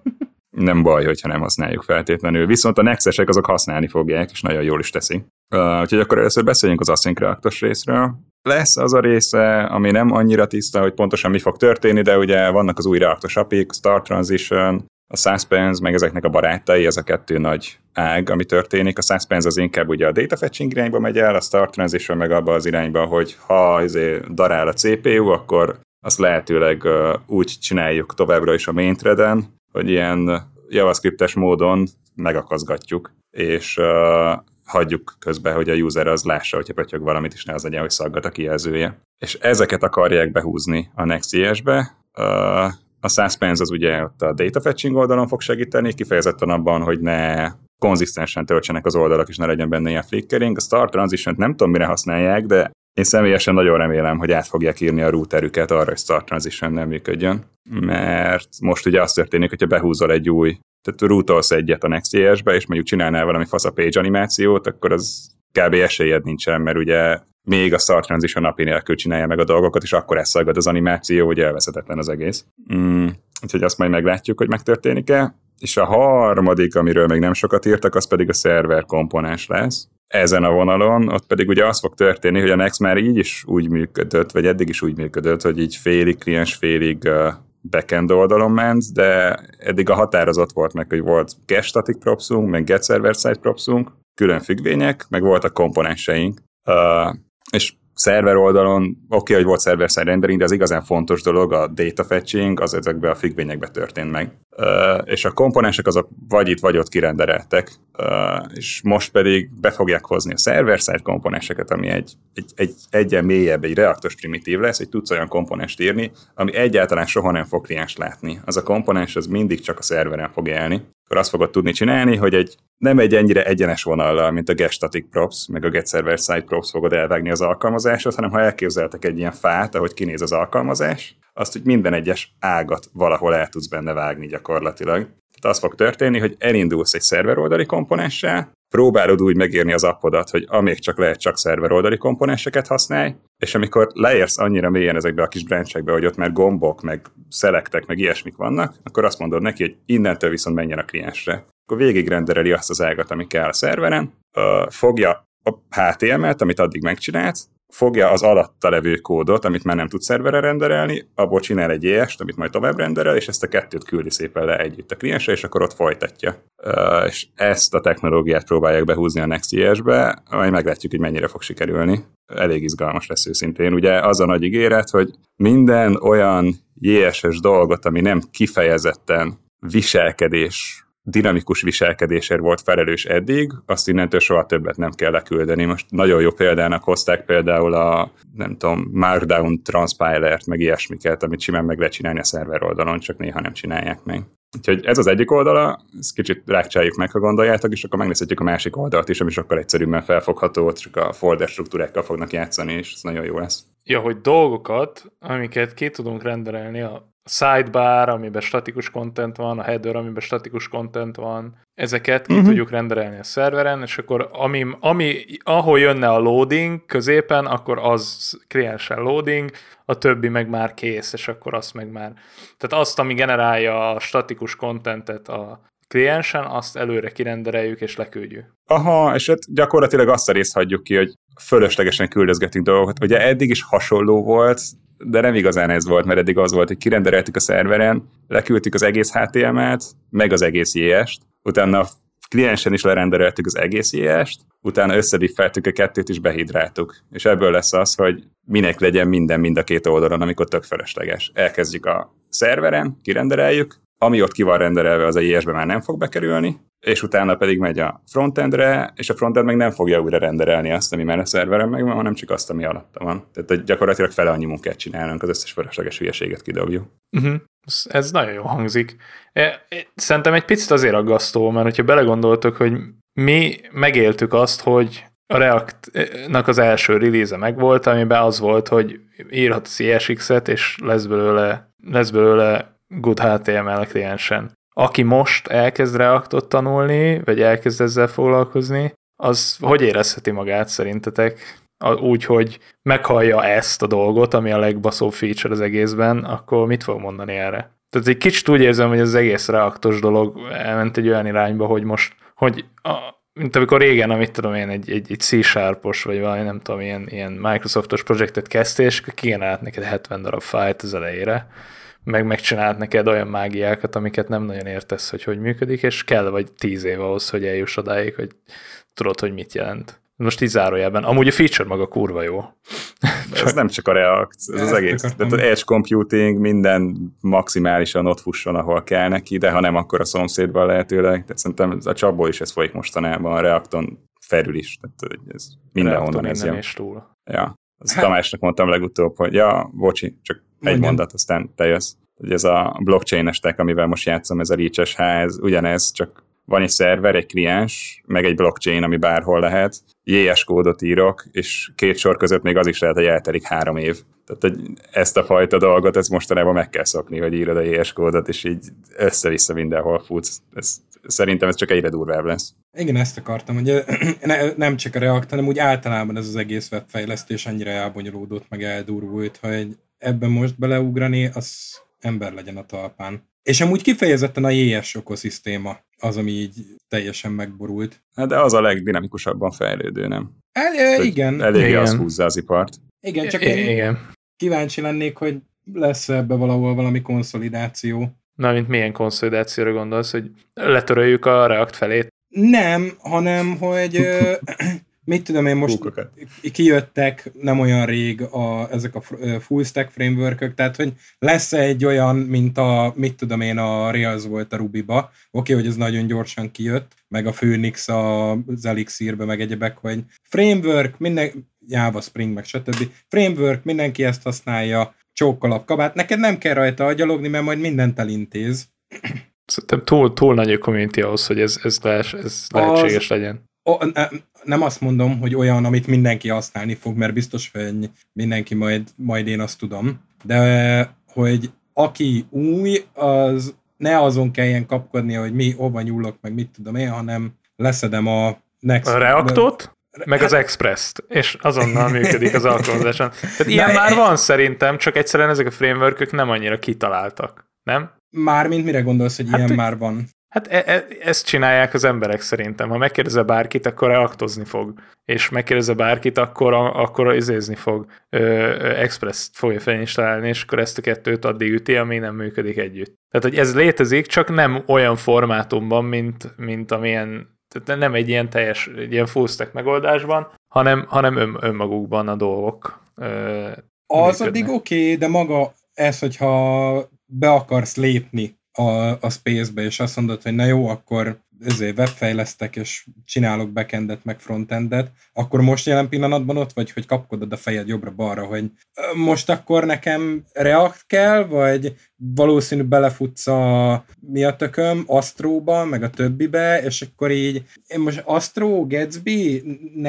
nem baj, hogyha nem használjuk feltétlenül. Viszont a Next-esek azok használni fogják, és nagyon jól is teszi. Úgyhogy akkor először beszéljünk az async reactos részről. Lesz az a része, ami nem annyira tiszta, hogy pontosan mi fog történni, de ugye vannak az új reactos API-k, a Start Transition, a Suspense, meg ezeknek a barátai, ez a kettő nagy ág, ami történik. A Suspense az inkább ugye a data fetching irányba megy el, a Start Transition meg abba az irányba, hogy ha darál a CPU, akkor azt lehetőleg úgy csináljuk továbbra is a main threaden, hogy ilyen javascriptes módon megakaszgatjuk, és hagyjuk közben, hogy a user az lássa, hogyha pöttyög valamit, és ne az legyen, hogy szaggat a kijelzője. És ezeket akarják behúzni a Next.js-be. A Suspense az ugye ott a data fetching oldalon fog segíteni, kifejezetten abban, hogy ne konzisztensen töltsenek az oldalak, és ne legyen benne ilyen flickering. A Start Transition-t nem tudom, mire használják, de én személyesen nagyon remélem, hogy át fogják írni a routerüket arra, hogy Start Transition nem működjön. Mert most ugye az történik, hogyha behúzol egy új, tehát routolsz egyet a Next.js-be, és mondjuk csinálnál valami fasz a page animációt, akkor az kb. Esélyed nincsen, mert ugye még a Start Transition API nélkül csinálja meg a dolgokat, és akkor elszagad az animáció, hogy elveszetetlen az egész. Úgyhogy azt majd meglátjuk, hogy megtörténik-e. És a harmadik, amiről még nem sokat írtak, az pedig a szerver komponens lesz. Ezen a vonalon, ott pedig ugye az fog történni, hogy a Next már így is úgy működött, vagy eddig is úgy működött, hogy így félig kliens, félig backend oldalon ment, de eddig a határozott volt meg, hogy volt get static propsunk, meg get server side propsunk, külön függvények, meg voltak komponenseink. És szerver oldalon, oké, hogy volt server-side rendering, de az igazán fontos dolog, a data fetching, az ezekben a függvényekben történt meg. És a komponensek azok vagy itt, vagy ott kirendereltek, és most pedig be fogják hozni a server-side komponenseket, ami egyen mélyebb, egy reaktos primitív lesz, hogy tudsz olyan komponenst írni, ami egyáltalán soha nem fog kliens látni. Az a komponens az mindig csak a szerveren fog élni. Akkor azt fogod tudni csinálni, hogy nem egy ennyire egyenes vonallal, mint a get static props, meg a get server side props fogod elvágni az alkalmazásot, hanem ha elképzeltek egy ilyen fát, ahogy kinéz az alkalmazás, azt, hogy minden egyes ágat valahol el tudsz benne vágni gyakorlatilag. Tehát az fog történni, hogy elindulsz egy szerveroldali komponenssel, próbálod úgy megírni az appodat, hogy amíg csak lehet, csak szerveroldali komponenseket használj, és amikor leérsz annyira mélyen ezekbe a kis branchekbe, hogy ott már gombok, meg szelektek, meg ilyesmik vannak, akkor azt mondod neki, hogy innentől viszont menjen a kliensre. Akkor végigrendereli azt az ágat, ami kell a szerveren, fogja a HTML-t, amit addig megcsinálsz, fogja az alatta levő kódot, amit már nem tud szerverre renderelni, abból csinál egy JS-t, amit majd tovább renderel, és ezt a kettőt küldi szépen le együtt a kliensre, és akkor ott folytatja. És ezt a technológiát próbálják behúzni a Next.js-be, majd meglátjuk, hogy mennyire fog sikerülni. Elég izgalmas lesz őszintén. Ugye az a nagy ígéret, hogy minden olyan JS-es dolgot, ami nem kifejezetten dinamikus viselkedésért volt felelős eddig, azt innentől soha többet nem kell leküldeni. Most nagyon jó példának hozták például a, nem tudom, Markdown transpilert, meg ilyesmiket, amit simán meg lehet csinálni a szerver oldalon, csak néha nem csinálják meg. Úgyhogy ez az egyik oldala, ezt kicsit rákcsáljuk meg, ha gondoljátok, és akkor megnézhetjük a másik oldalt is, ami sokkal egyszerűbben felfogható, csak a folder struktúrákkal fognak játszani, és ez nagyon jó lesz. Ja, hogy dolgokat, amiket ki tudunk renderelni, a sidebar, amiben statikus content van, a header, amiben statikus content van, ezeket ki tudjuk renderelni a szerveren, és akkor ahol jönne a loading középen, akkor az kliensen loading, a többi meg már kész, és akkor azt meg már... Tehát azt, ami generálja a statikus contentet a kliensen, azt előre kirendereljük és leküldjük. Aha, és hát gyakorlatilag azt a részt hagyjuk ki, hogy fölöslegesen küldözgetünk dolgokat. Ugye eddig is hasonló volt, de nem igazán ez volt, mert eddig az volt, hogy kirendereltük a szerveren, leküldtük az egész HTML-t, meg az egész JS-t, utána a kliensen is lerendereltük az egész JS-t, utána összediffeltük a kettőt és behidráltuk. És ebből lesz az, hogy minek legyen minden mind a két oldalon, amikor tök felesleges. Elkezdjük a szerveren, kirendereljük, ami ott ki van renderelve, az a JS-be már nem fog bekerülni, és utána pedig megy a frontendre, és a frontend meg nem fogja újra renderelni azt, ami már a szerveren megvan, hanem csak azt, ami alatta van. Tehát gyakorlatilag fele annyi munkát csinálunk, az összes felesleges hülyeséget kidobjuk. Ez nagyon jól hangzik. Szerintem egy picit azért aggasztó, mert hogyha belegondoltok, hogy mi megéltük azt, hogy a React-nak az első release-e megvolt, amiben az volt, hogy írhat a CSX-et, és lesz belőle good HTML a kliensen. Aki most elkezd Reactot tanulni, vagy elkezd ezzel foglalkozni, az hogy érezheti magát szerintetek? Úgy, hogy meghallja ezt a dolgot, ami a legbaszóbb feature az egészben, akkor mit fog mondani erre? Tehát egy kicsit úgy érzem, hogy az egész Reactos dolog elment egy olyan irányba, hogy most, mint amikor régen, amit tudom én, egy C-sharpos, vagy valami nem tudom, ilyen Microsoftos projektet kezdtél, és akkor kigenerált neked 70 darab fájlt az elejére, megcsinált neked olyan mágiákat, amiket nem nagyon értesz, hogy működik, és kell vagy 10 év ahhoz, hogy eljuss odáig, hogy tudod, hogy mit jelent. Most így zárójelben. Amúgy a feature maga kurva jó. Ez nem csak a React, ez az egész. Tehát az edge computing minden maximálisan ott fusson, ahol kell neki, de ha nem, akkor a szomszédban lehetőleg. Tehát szerintem a csapból is ez folyik mostanában, a Reacton felül is. Tehát ez mindenhonnan ez jön. Túl. Ja. Azt Tamásnak mondtam legutóbb, hogy bocsi, csak egy mondat, aztán te jössz. Hogy ez a blockchain-es tech, amivel most játszom, ez a Reach-es ház, ugyanez, csak van egy szerver, egy kliens, meg egy blockchain, ami bárhol lehet. JS kódot írok, és 2 sor között még az is lehet, hogy eltelik 3 év. Tehát ezt a fajta dolgot, ezt mostanában meg kell szokni, hogy írod a JS kódot, és így össze-vissza mindenhol futsz. Szerintem ez csak egyre durvább lesz. Igen, ezt akartam, hogy nem csak a React, hanem úgy általában ez az egész webfejlesztés annyira elbonyolódott, meg eldurvult, hogy ebben most beleugrani, az ember legyen a talpán. És amúgy kifejezetten a JS ökoszisztéma az, ami így teljesen megborult. Hát de az a legdinamikusabban fejlődő, nem? Igen. Eléggé Igen. az húzza az ipart. Igen, csak én Igen. kíváncsi lennék, hogy lesz ebbe valahol valami konszolidáció. Na, mint milyen konszolidációra gondolsz, hogy letöröljük a React felét? Nem, hanem, hogy mit tudom én, most Húkokat. kijöttek nem olyan rég ezek a full stack frameworkök, tehát hogy lesz egy olyan, mint mit tudom én, a Rails volt a Ruby-ba, oké, hogy ez nagyon gyorsan kijött, meg a Phoenix az Elixir-be, meg egyebek, hogy framework, Java, Spring, meg stb. Framework, mindenki ezt használja, csókolap, kabát, neked nem kell rajta agyalogni, mert majd mindent elintéz. Szerintem túl nagy a community ahhoz, hogy ez lehetséges legyen. Nem azt mondom, hogy olyan, amit mindenki használni fog, mert biztos, hogy mindenki majd én azt tudom, de hogy aki új, az ne azon kelljen kapkodnia, hogy hova nyúlok, meg mit tudom én, hanem leszedem a Next... A Reactot, meg az Express-t, és azonnal működik az alkalmazáson. Tehát ilyen már van szerintem, csak egyszerűen ezek a frameworkök nem annyira kitaláltak, nem? Mármint mire gondolsz, hogy ilyen már van? Hát ezt csinálják az emberek szerintem. Ha megkérdezel bárkit, akkor reaktozni fog. És megkérdezel bárkit, akkor izézni fog. Express-t fogja felinstalálni, és akkor ezt a kettőt addig üti, amíg nem működik együtt. Tehát, hogy ez létezik, csak nem olyan formátumban, mint amilyen, tehát nem egy ilyen teljes, egy ilyen full stack megoldásban, hanem önmagukban a dolgok az addig oké, de maga ez, hogyha be akarsz lépni a Space-be, és azt mondod, hogy na jó, akkor webfejlesztek, és csinálok backendet, meg frontendet, akkor most jelen pillanatban ott vagy, hogy kapkodod a fejed jobbra-balra, hogy most akkor nekem React kell, vagy valószínű belefutsz mi a tököm, Astro-ba, meg a többibe, és akkor így, én most Astro, Gatsby,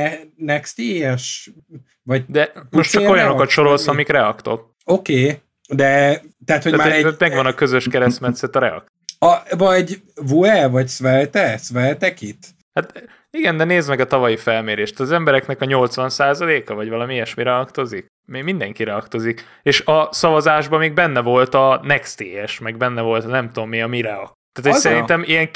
Next.js, vagy... De most csak olyanokat sorolsz, amik Reactok. Oké, de tehát, hogy tehát már megvan a közös keresztmetszet a React. Vagy Vue, vagy Svelte Kit? Hát igen, de nézd meg a tavalyi felmérést. Az embereknek a 80%-a, vagy valami ilyesmi reaktozik. Mindenki reaktozik. És a szavazásban még benne volt a Next.js, meg benne volt a nem tudom mi, a mi React. Tehát szerintem ilyen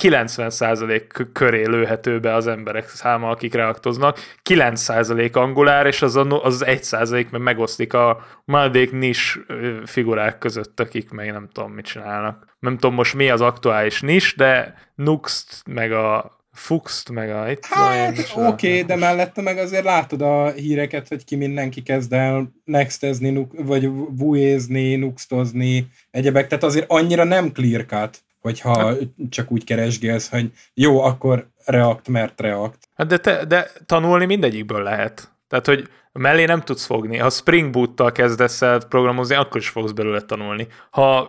90% köré lőhető be az emberek száma, akik reaktoznak. 9% angulár, és az 1% meg megoszlik a maradék nis figurák között, akik meg nem tudom, mit csinálnak. Nem tudom most mi az aktuális nis, de Nuxt, meg a Fuxt, meg a... Oké, de mellette meg azért látod a híreket, hogy mindenki kezd el nextezni, vagy vuézni, nuxtozni, egyebek, tehát azért annyira nem clear cut, hogyha csak úgy keresgélsz, hogy jó, akkor React, mert React. De tanulni mindegyikből lehet. Tehát, hogy mellé nem tudsz fogni. Ha Spring Boot-tal kezdesz el programozni, akkor is fogsz belőle tanulni. Ha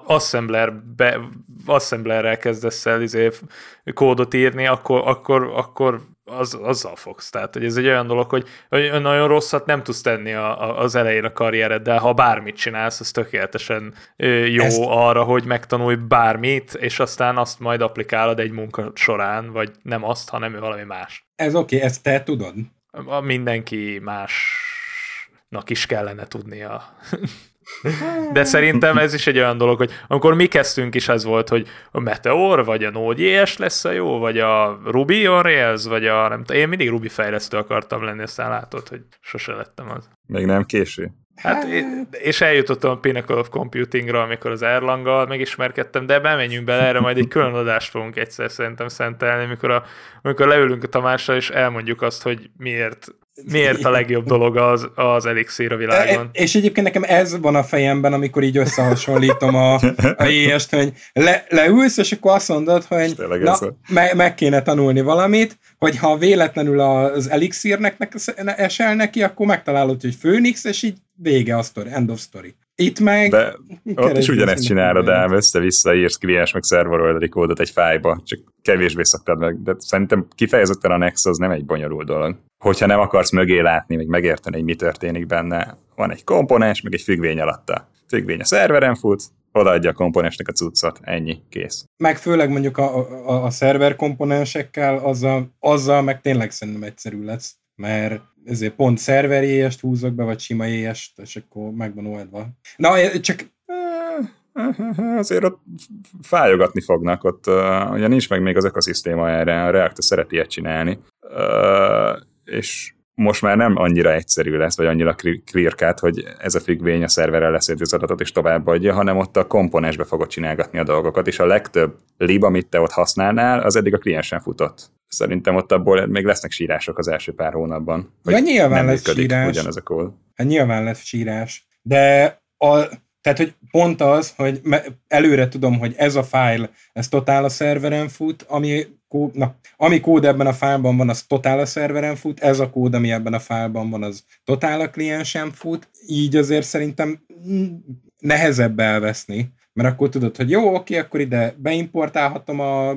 Assemblerrel kezdesz el kódot írni, akkor azzal fogsz. Tehát, hogy ez egy olyan dolog, hogy nagyon rosszat nem tudsz tenni az elején a karriereddel, ha bármit csinálsz, az tökéletesen jó arra, hogy megtanulj bármit, és aztán azt majd applikálod egy munka során, vagy nem azt, hanem valami más. Ez oké, ezt te tudod? Mindenki másnak is kellene tudnia. De szerintem ez is egy olyan dolog, hogy amikor mi kezdtünk is, ez volt, hogy a Meteor, vagy a Node.js lesz a jó, vagy a Ruby on Rails, vagy nem tudom, én mindig Ruby fejlesztő akartam lenni, aztán látod, hogy sose lettem az. Még nem késő. Hát, és eljutottam a Pinnacle of Computingra, amikor az Erlanggal megismerkedtem, de bemenjünk bele, erre majd egy külön adást fogunk egyszer szerintem szentelni, amikor leülünk a Tamással, és elmondjuk azt, hogy miért a legjobb dolog az Elixir a világon. És egyébként nekem ez van a fejemben, amikor így összehasonlítom a JS-t, hogy leülsz, és akkor azt mondod, hogy meg kéne tanulni valamit, hogy ha véletlenül az Elixirnek esel neki, akkor megtalálod, hogy Phoenix, és így vége a story, end of story. Itt meg... De ott is ugyanezt csinálod, ám össze-vissza írsz kliens meg szerveroldali kódot egy fájba, csak kevésbé szoktad meg. De szerintem kifejezetten a Next az nem egy bonyolult dolog. Hogyha nem akarsz mögé látni, meg megérteni, hogy mi történik benne, van egy komponens, meg egy függvény alatta. Függvény a szerveren fut, odaadja a komponensnek a cuccot, ennyi, kész. Meg főleg mondjuk a szerver komponensekkel, azzal meg tényleg szerintem egyszerű lesz, mert ezért pont szerver JS-t húzok be, vagy sima JS-t, és akkor meg van oldva. Na, csak azért ott fájogatni fognak, ott ugye nincs meg még az ökoszisztéma erre, a React szereti ilyet csinálni, és most már nem annyira egyszerű lesz, vagy annyira clear-cut, hogy ez a függvény a szerverrel leszedi az adatot és továbbadja, hanem ott a komponensbe fogod csinálgatni a dolgokat, és a legtöbb lib, amit te ott használnál, az eddig a kliensen futott. Szerintem ott abból még lesznek sírások az első pár hónapban. Ja, nyilván lesz sírás. Ugyanaz a kód. Hát nyilván lesz sírás. De tehát, hogy pont az, hogy előre tudom, hogy ez a file, ez totál a szerveren fut, ami kód ebben a fájlban van, az totál a szerveren fut, ez a kód, ami ebben a fájlban van, az totál a kliensen fut, így azért szerintem nehezebb elveszni, mert akkor tudod, hogy jó, oké, akkor ide beimportálhatom a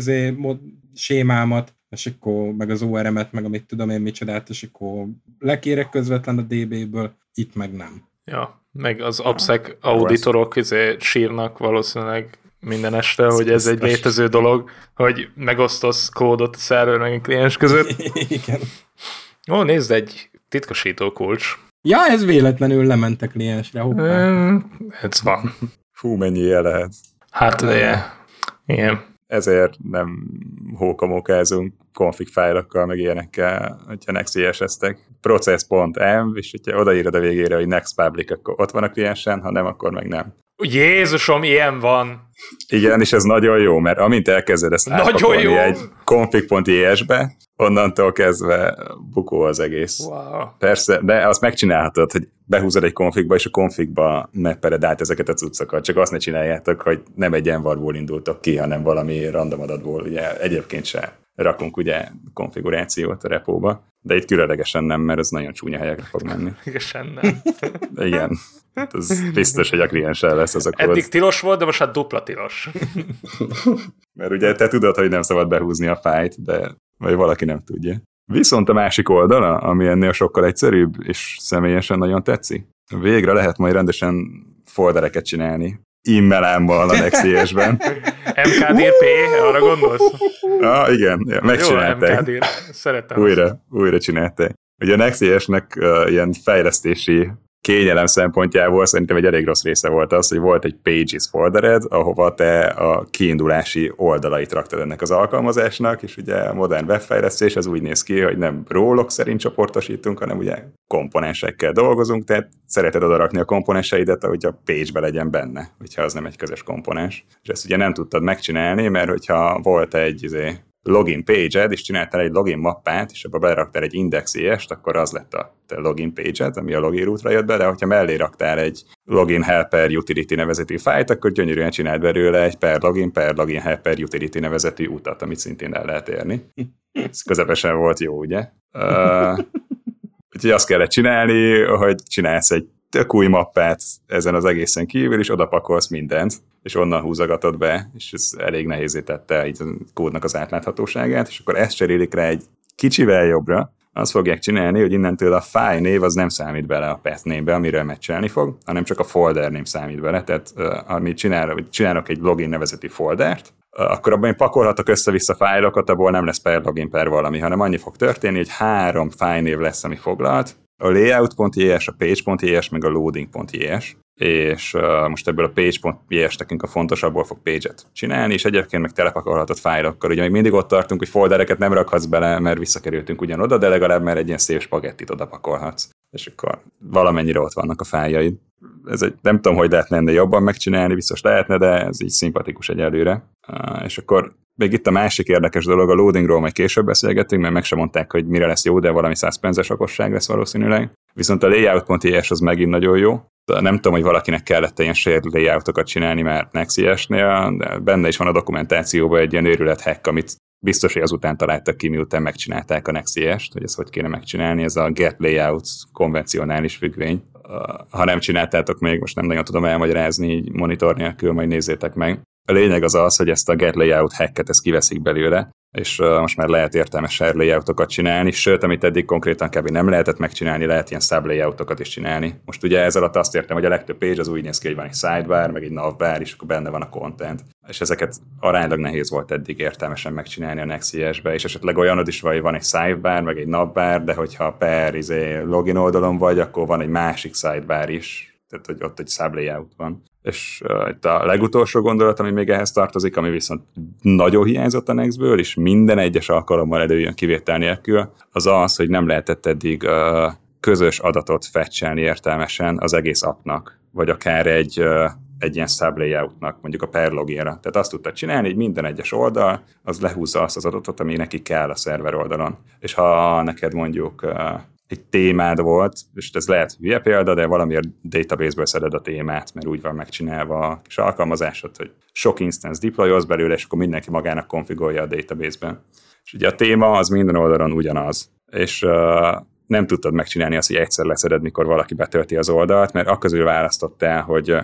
sémámat, és akkor meg az ORM-et, meg amit tudom én micsodát, és akkor lekérek közvetlen a DB-ből, itt meg nem. Ja, meg az AppSec auditorok sírnak valószínűleg minden este, hogy ez egy létező dolog, hogy megosztasz kódot a szerver meg a kliens között. Igen. Ó, nézd, egy titkosító kulcs. Ja, ez véletlenül lement a kliensre, hoppá. Ez van. Fú, mennyi ilyen lehet. Hát, igen. Ezért nem hókamókázunk config fájlokkal, meg ilyenekkel, hogyha Next.js-eztek. Process.env, és hogyha odaírod a végére, hogy next public, akkor ott van a kliensen, ha nem, akkor meg nem. Jézusom, ilyen van! Igen, és ez nagyon jó, mert amint elkezded ezt átpakolni egy config.js-be, onnantól kezdve bukó az egész. Wow. Persze, de azt megcsinálhatod, hogy behúzod egy configba, és a configba mappeled át ezeket a cuccokat. Csak azt ne csináljátok, hogy nem egy envarból indultok ki, hanem valami random adatból. Ugye egyébként se rakunk ugye konfigurációt a repóba, de itt különlegesen nem, mert ez nagyon csúnya helyekre fog menni. Különlegesen nem. Igen. Ez biztos, hogy a klienssel lesz az a kód. Eddig tilos volt, de most hát dupla tilos. Mert ugye te tudod, hogy nem szabad behúzni a fájt, de vagy valaki nem tudja. Viszont a másik oldala, ami ennél sokkal egyszerűbb, és személyesen nagyon tetszik. Végre lehet majd rendesen foldereket csinálni. Immelámmal a Next.js-ben. MKDP, arra gondolsz? Igen, megcsinálták. Jó, MKDP, szeretem. Újra csinálták. Ugye a Next.js-nek ilyen fejlesztési kényelem szempontjából szerintem egy elég rossz része volt az, hogy volt egy Pages foldered, ahova te a kiindulási oldalait raktad ennek az alkalmazásnak, és ugye a modern webfejlesztés az úgy néz ki, hogy nem rólok szerint csoportosítunk, hanem ugye komponensekkel dolgozunk, tehát szereted odarakni a komponenseidet, ahogy a page-be legyen benne, hogyha az nem egy közös komponens. És ezt ugye nem tudtad megcsinálni, mert hogyha volt egy login page-ed, és csináltál egy login mappát, és abba beleraktál egy index.js-t, akkor az lett a te login page-ed, ami a login root-ra jött be, de hogyha mellé raktál egy login helper utility nevezetű fájlt, akkor gyönyörűen csinált belőle egy per login helper utility nevezetű utat, amit szintén el lehet érni. Ez közepesen volt jó, ugye? Úgyhogy azt kellett csinálni, hogy csinálsz egy tök új mappát ezen az egészen kívül, és oda pakolsz mindent, és onnan húzogatod be, és ez elég nehézé tette így a kódnak az átláthatóságát, és akkor ezt cserélik rá egy kicsivel jobbra, azt fogják csinálni, hogy innentől a file név az nem számít bele a path name-be, amiről matchelni fog, hanem csak a folder name számít bele, tehát amit csinálok egy login nevezetű foldert, akkor abban én pakolhatok össze-vissza fájlokat, abból nem lesz per login per valami, hanem annyi fog történni, hogy 3 file név lesz, ami foglalt, a layout.js, a page.js, meg a loading.js, és most ebből a page.js nekünk a fontosabbból fog page-et csinálni, és egyébként meg telepakolhatod fájlokkal. Ugye még mindig ott tartunk, hogy foldereket nem rakhatsz bele, mert visszakerültünk ugyanoda, de legalább már egy ilyen szép spagettit oda pakolhatsz. És akkor valamennyire ott vannak a fájljaid. Nem tudom, hogy lehetne ennél jobban megcsinálni, biztos lehetne, de ez így szimpatikus egyelőre. És akkor még itt a másik érdekes dolog, a loadingról majd később beszélgetünk, mert meg sem mondták, hogy mire lesz jó, de valami suspense-es okosság lesz valószínűleg. Viszont a layout.js az megint nagyon jó. Nem tudom, hogy valakinek kellett ilyen shared layoutokat csinálni már Next.js-nél, de benne is van a dokumentációban egy ilyen őrület hack, amit biztos, hogy azután találtak ki, miután megcsinálták a Next.js-t, hogy ezt hogy kéne megcsinálni, ez a get layout konvencionális függvény. Ha nem csináltátok még, most nem nagyon tudom elmagyarázni, így monitor nélkül, majd nézzétek meg. A lényeg az, hogy ezt a get layout hacket ezt kiveszik belőle, és most már lehet értelmes share layoutokat csinálni, sőt, amit eddig konkrétan kb. Nem lehetett megcsinálni, lehet ilyen sublayoutokat is csinálni. Most ugye ez alatt azt értem, hogy a legtöbb page az úgy néz ki, hogy van egy sidebar, meg egy navbar, és akkor benne van a content. És ezeket aránylag nehéz volt eddig értelmesen megcsinálni a Next.js-be, és esetleg olyanod is van, hogy van egy sidebar, meg egy navbar, de hogyha per login oldalon vagy, akkor van egy másik sidebar is, tehát hogy ott egy sublayout van. És itt a legutolsó gondolat, ami még ehhez tartozik, ami viszont nagyon hiányzott a Next-ből, és minden egyes alkalommal előjön kivétel nélkül, az az, hogy nem lehetett eddig közös adatot fetchelni értelmesen az egész appnak, vagy akár egy ilyen sublayoutnak, mondjuk a per loginra. Tehát azt tudtad csinálni, hogy minden egyes oldal, az lehúzza azt az adatot, ami neki kell a szerver oldalon. És ha neked mondjuk egy témád volt, és ez lehet hülye példa, de valamiért database-ből szeded a témát, mert úgy van megcsinálva a kis alkalmazásod, hogy sok instance deployolsz belőle, és akkor mindenki magának konfigolja a database-ben. És ugye a téma az minden oldalon ugyanaz. És nem tudtad megcsinálni azt, hogy egyszer leszeded, mikor valaki betölti az oldalt, mert akközül választottál, hogy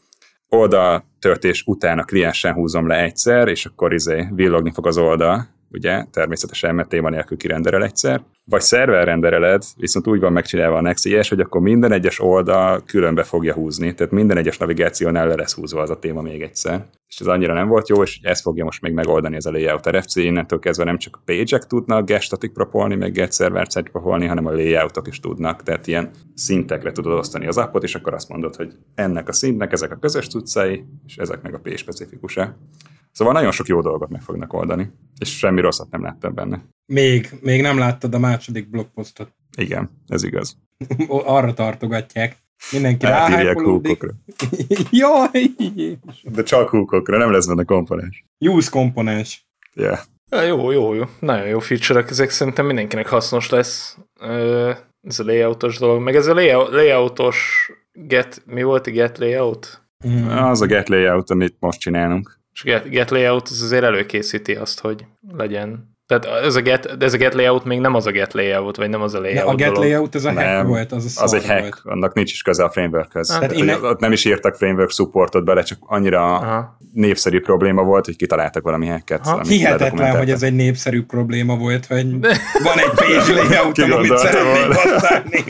oldaltöltés után a kliensen húzom le egyszer, és akkor villogni fog az oldal, ugye, természetesen, mert téma nélkül kirenderel egyszer, vagy szerver rendereled, viszont úgy van megcsinálva a Next.js, hogy akkor minden egyes oldal különbe fogja húzni, tehát minden egyes navigációnál le lesz húzva az a téma még egyszer. És ez annyira nem volt jó, és ezt fogja most még megoldani ez a layout RFC, innentől kezdve nem csak a page-ek tudnak get static propolni, meg get server side propolni, hanem a layoutok is tudnak, tehát ilyen szintekre tudod osztani az appot, és akkor azt mondod, hogy ennek a szintnek ezek a közös cuccai, és ezek meg a page specifikusa. Szóval nagyon sok jó dolgot meg fognak oldani, és semmi rosszat nem láttam benne. Még nem láttad a második blogposztot. Igen, ez igaz. Arra tartogatják. Mindenki átírják húkokra. Jaj! De csak húkokra, nem lesz benne komponens. Use komponens. Yeah. Jó. Nagyon jó feature-ek, ezek szerintem mindenkinek hasznos lesz. Ez a layoutos dolog. Meg ez a layoutos mi volt a get layout? Az a get layout, amit most csinálunk. És get layout az azért előkészíti azt, hogy legyen. Tehát ez a get layout még nem az a get layout, vagy nem az a layout. A get dolog. layout az a hack volt, az egy hack, volt. Annak nincs is köze a frameworkhöz. Tehát ott nem is írtak framework supportot bele, csak annyira népszerű probléma volt, hogy kitaláltak valami hacket. Hihetetlen, hogy ez egy népszerű probléma volt, hogy van egy page layout, amit szeretnék használni.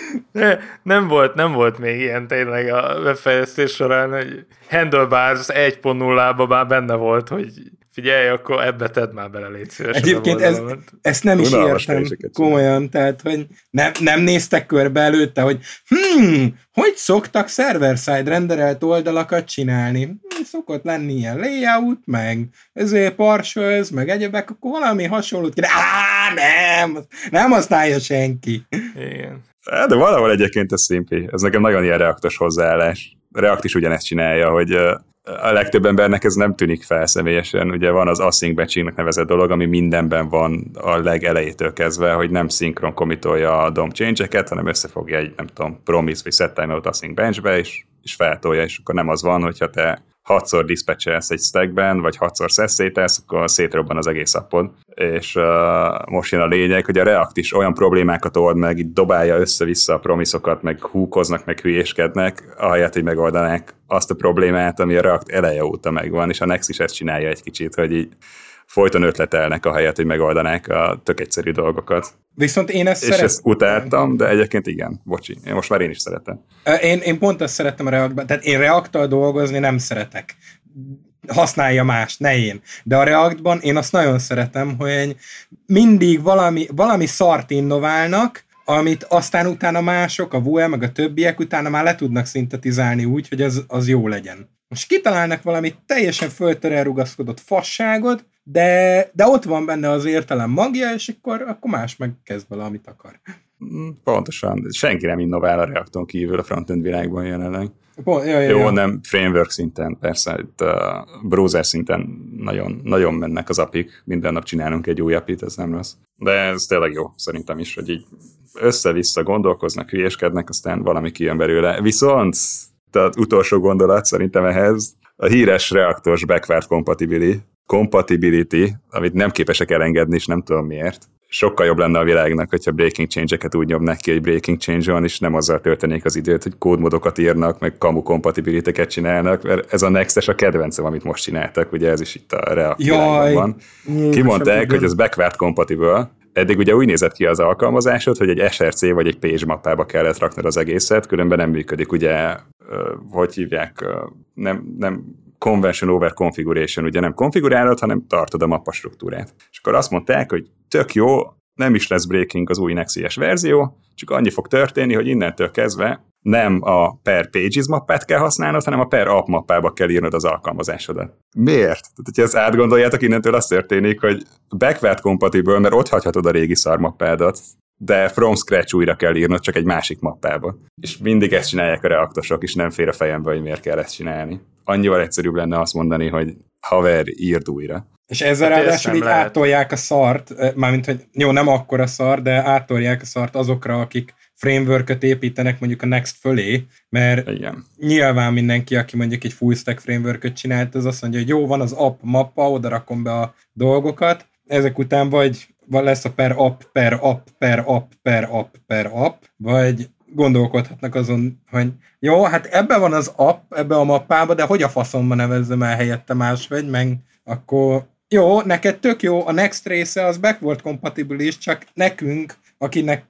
Nem volt még ilyen tényleg a webfejlesztés során, hogy handlebars 1.0-ban már benne volt, hogy figyelj, akkor ebbe tedd már bele, légy szívesen. Egyébként ezt nem is értem komolyan, tehát, hogy nem néztek körbe előtte, hogy hogy szoktak server-side renderelt oldalakat csinálni? Szokott lenni ilyen layout, meg ezért partials, meg egyebek, akkor valami hasonlót kéne. Nem használja senki. Igen. De valahol egyébként ez szimpi. Ez nekem nagyon ilyen reaktos hozzáállás. React is ugyanezt csinálja, hogy a legtöbb embernek ez nem tűnik fel személyesen. Ugye van az async batchingnek nevezett dolog, ami mindenben van a legelejétől kezdve, hogy nem szinkron commitolja a DOM change-eket, hanem összefogja egy, nem tudom, promise vagy set timeout async benchbe, és feltolja, és akkor nem az van, hogyha te 6-szor dispatchelsz egy stackben, vagy 6-szor szeszételsz, akkor szétrobban az egész appod. És most jön a lényeg, hogy a React is olyan problémákat old meg, itt dobálja össze-vissza a promiszokat, meg húkoznak, meg hülyéskednek, ahelyett, hogy megoldanák azt a problémát, ami a React eleje óta megvan, és a Next is ezt csinálja egy kicsit, hogy így folyton ötletelnek ahelyett, hogy megoldanák a tök egyszerű dolgokat. Viszont én ezt és ezt utáltam, de egyébként igen, bocsi, most már én is szeretem. Én pont ezt szerettem a React-ban, tehát én React-tal dolgozni nem szeretek. Használja más, ne én. De a React-ban én azt nagyon szeretem, hogy mindig valami szart innoválnak, amit aztán utána mások, a Vue, meg a többiek utána már le tudnak szintetizálni úgy, hogy az jó legyen. Most kitalálnak valami teljesen földtől elrugaszkodott fasságot, de ott van benne az értelem magja, és akkor más megkezd vele, amit akar. Pontosan. Senki nem innovál a Reacton kívül a frontend világban jelenleg. Jó, nem framework szinten, persze, itt browser szinten nagyon mennek az apik, minden nap csinálunk egy új apit, ez nem rossz. De ez tényleg jó, szerintem is, hogy így össze-vissza gondolkoznak, hülyéskednek, aztán valami kijön belőle. Viszont az utolsó gondolat szerintem ehhez a híres reaktos backward compatibility, amit nem képesek elengedni, és nem tudom miért. Sokkal jobb lenne a világnak, hogyha breaking change-eket úgy nyomnak ki, hogy breaking change van, és nem azzal töltenék az időt, hogy kódmodokat írnak, meg kamu compatibility-ket csinálnak, mert ez a Next-es a kedvencem, amit most csináltak, ugye ez is itt a React világban van. Kimondták, hogy ez backward compatible. Eddig ugye úgy nézett ki az alkalmazásod, hogy egy SRC vagy egy page mappába kellett raknod az egészet, különben nem működik, ugye, hogy hívják, nem convention over configuration, ugye nem konfigurálod, hanem tartod a mappa struktúrát. És akkor azt mondták, hogy tök jó, nem is lesz breaking az új Next.js verzió, csak annyi fog történni, hogy innentől kezdve nem a per pages mappát kell használnod, hanem a per app mappába kell írnod az alkalmazásodat. Miért? Tehát, hogyha ezt átgondoljátok, innentől az történik, hogy backward compatible, mert ott hagyhatod a régi szarmappádat, de from scratch újra kell írnod csak egy másik mappába. És mindig ezt csinálják a reaktosok, és nem fér a fejembe, hogy miért kell ezt csinálni. Annyival egyszerűbb lenne azt mondani, hogy haver, írd újra. És ezzel ráadásul így áttolják a szart, mármint, hogy jó, nem akkora szar, de áttolják a szart azokra, akik frameworköt építenek mondjuk a Next fölé, mert igen. Nyilván mindenki, aki mondjuk egy full stack frameworköt csinált, az azt mondja, hogy jó, van az app mappa, oda rakom be a dolgokat, ezek után vagy lesz a per app, per app, per app, per app, per app, vagy gondolkodhatnak azon, hogy jó, hát ebben van az app, ebbe a mappába, de hogy a faszomba nevezzem el helyette máshogy, meg akkor jó, neked tök jó, a Next része az backward compatibilis, csak nekünk, akinek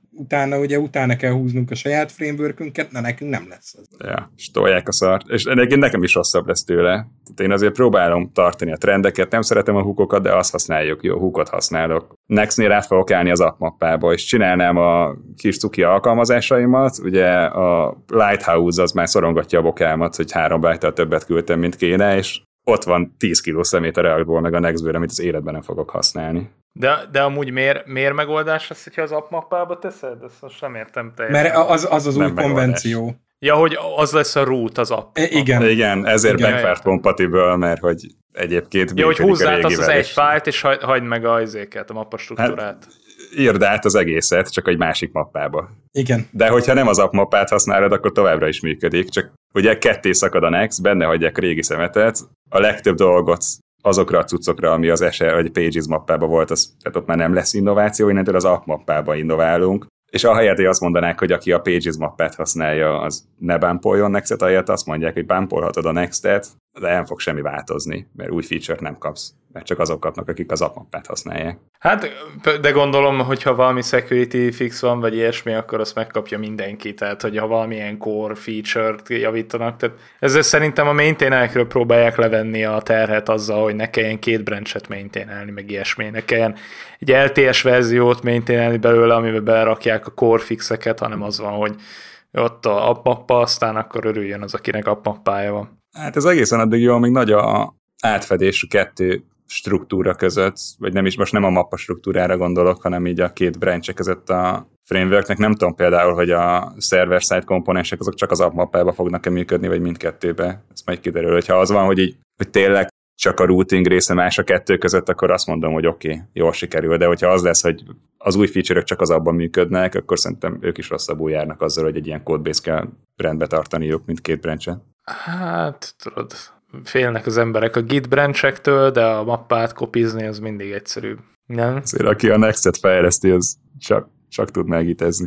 utána kell húznunk a saját frameworkünket, nekünk nem lesz az. Ja, és tolják a szart. És egyébként nekem is rosszabb lesz tőle. Tehát én azért próbálom tartani a trendeket, nem szeretem a hookokat, de azt használjuk, jó, hookot használok. Nextnél át fogok állni az app mappába, és csinálnám a kis cuki alkalmazásaimat, ugye a Lighthouse az már szorongatja a bokámat, hogy 3 byte-tal többet küldtem, mint kéne, és ott van 10 kiló szemét a Reactból, meg a Nextből, amit az életben nem fogok használni. De amúgy miért megoldás az, hogyha az app mappába teszed? Ezt most nem értem teljesen. Mert az új konvenció. Ja, hogy az lesz a root az app. Igen, ezért backward compatible, mert hogy egyébként ja, hogy húzd át azt az egy fájlt, és hagyd meg a mappa struktúrát. Hát, írd át az egészet, csak egy másik mappába. Igen. De hogyha nem az app mappát használod, akkor továbbra is működik, csak ugye ketté szakad a Next, benne hagyják a régi szemetet, a legtöbb dolgot azokra a cuccokra, ami az SR vagy Pages mappában volt, tehát ott már nem lesz innováció, innentől az app mappában innoválunk. És ahelyett, hogy azt mondanák, hogy aki a Pages mappát használja, az ne bumpoljon Next-et, ahelyett azt mondják, hogy bumpolhatod a Next-et, de nem fog semmi változni, mert új feature-t nem kapsz, mert csak azok kapnak, akik az app mappát használják. Hát, de gondolom, hogyha valami security fix van, vagy ilyesmi, akkor azt megkapja mindenki, tehát hogyha valamilyen core feature-t javítanak, tehát ezzel szerintem a maintainerekről próbálják levenni a terhet azzal, hogy ne kelljen 2 branchet maintainelni, meg ilyesmi, ne kelljen egy LTS verziót maintainelni belőle, amiben berakják a core fixeket, hanem az van, hogy ott a app mappa, aztán akkor örüljön az, akinek app mappája van. Hát ez egészen addig jó, amíg nagy a átfedés a 2 struktúra között, vagy nem is, most nem a mappa struktúrára gondolok, hanem így a 2 branch között a frameworknek. Nem tudom például, hogy a server-side komponensek azok csak az app mappába fognak-e működni, vagy mindkettőbe. Ez majd kiderül, hogyha az van, hogy tényleg csak a routing része más a 2 között, akkor azt mondom, hogy oké, jól sikerül, de hogyha az lesz, hogy az új feature-ök csak az abban működnek, akkor szerintem ők is rosszabbul járnak azzal, hogy egy ilyen codebase kell rendbe tartaniuk, mint 2 branch-et. Hát, tudod, félnek az emberek a git branchektől, de a mappát kopizni az mindig egyszerűbb. Nem? Azért aki a Next-et fejleszti, az csak tud megítezni.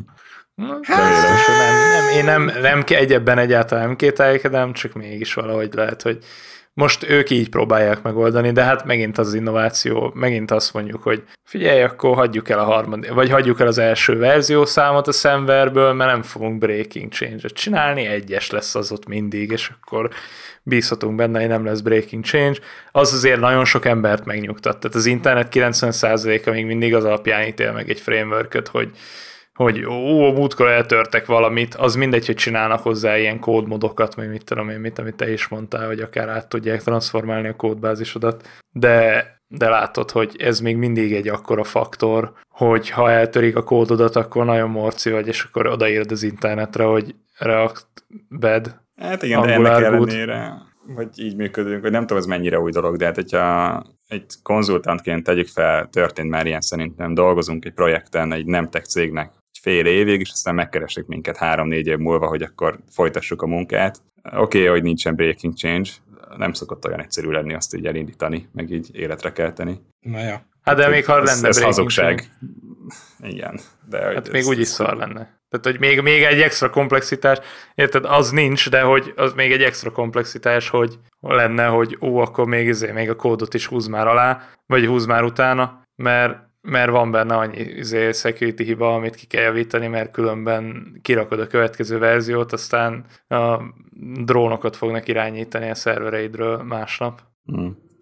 Én nem egyebben egyáltalán nem kételkedem, csak mégis valahogy lehet, hogy most ők így próbálják megoldani, de hát megint az innováció, megint azt mondjuk, hogy figyelj, akkor hagyjuk el vagy hagyjuk el az első verziószámot a Semverből, mert nem fogunk breaking change-et csinálni, 1-es lesz az ott mindig, és akkor bízhatunk benne, hogy nem lesz breaking change. Az azért nagyon sok embert megnyugtat. Tehát az internet 90%-a még mindig az alapján ítél meg egy frameworköt, hogy múltkor eltörtek valamit, az mindegy, hogy csinálnak hozzá ilyen kódmodokat, meg mit tudom én, amit te is mondtál, hogy akár át tudják transformálni a kódbázisodat, de látod, hogy ez még mindig egy akkora faktor, hogy ha eltörik a kódodat, akkor nagyon morci vagy, és akkor odaírod az internetre, hogy React bad. Hát igen, de ennek ellenére, hogy így működünk, hogy nem tudom, ez mennyire új dolog, de hát hogyha egy konzultantként tegyük fel, történt már ilyen szerintem, dolgozunk egy projekten, egy nem tech cégnek fél évig, és aztán megkeresik minket 3-4 év múlva, hogy akkor folytassuk a munkát. Oké, hogy nincsen breaking change, nem szokott olyan egyszerű lenni azt így elindítani, meg így életre kelteni. Na ja. Hát de még ha lenne ez hazugság. Igen. De hát még úgyis szar lenne. Tehát, hogy még egy extra komplexitás, érted, az nincs, de hogy az még egy extra komplexitás, hogy lenne, hogy akkor még a kódot is húz már alá, vagy húz már utána, mert van benne annyi security hiba, amit ki kell javítani, mert különben kirakod a következő verziót, aztán a drónokat fognak irányítani a szervereidről másnap.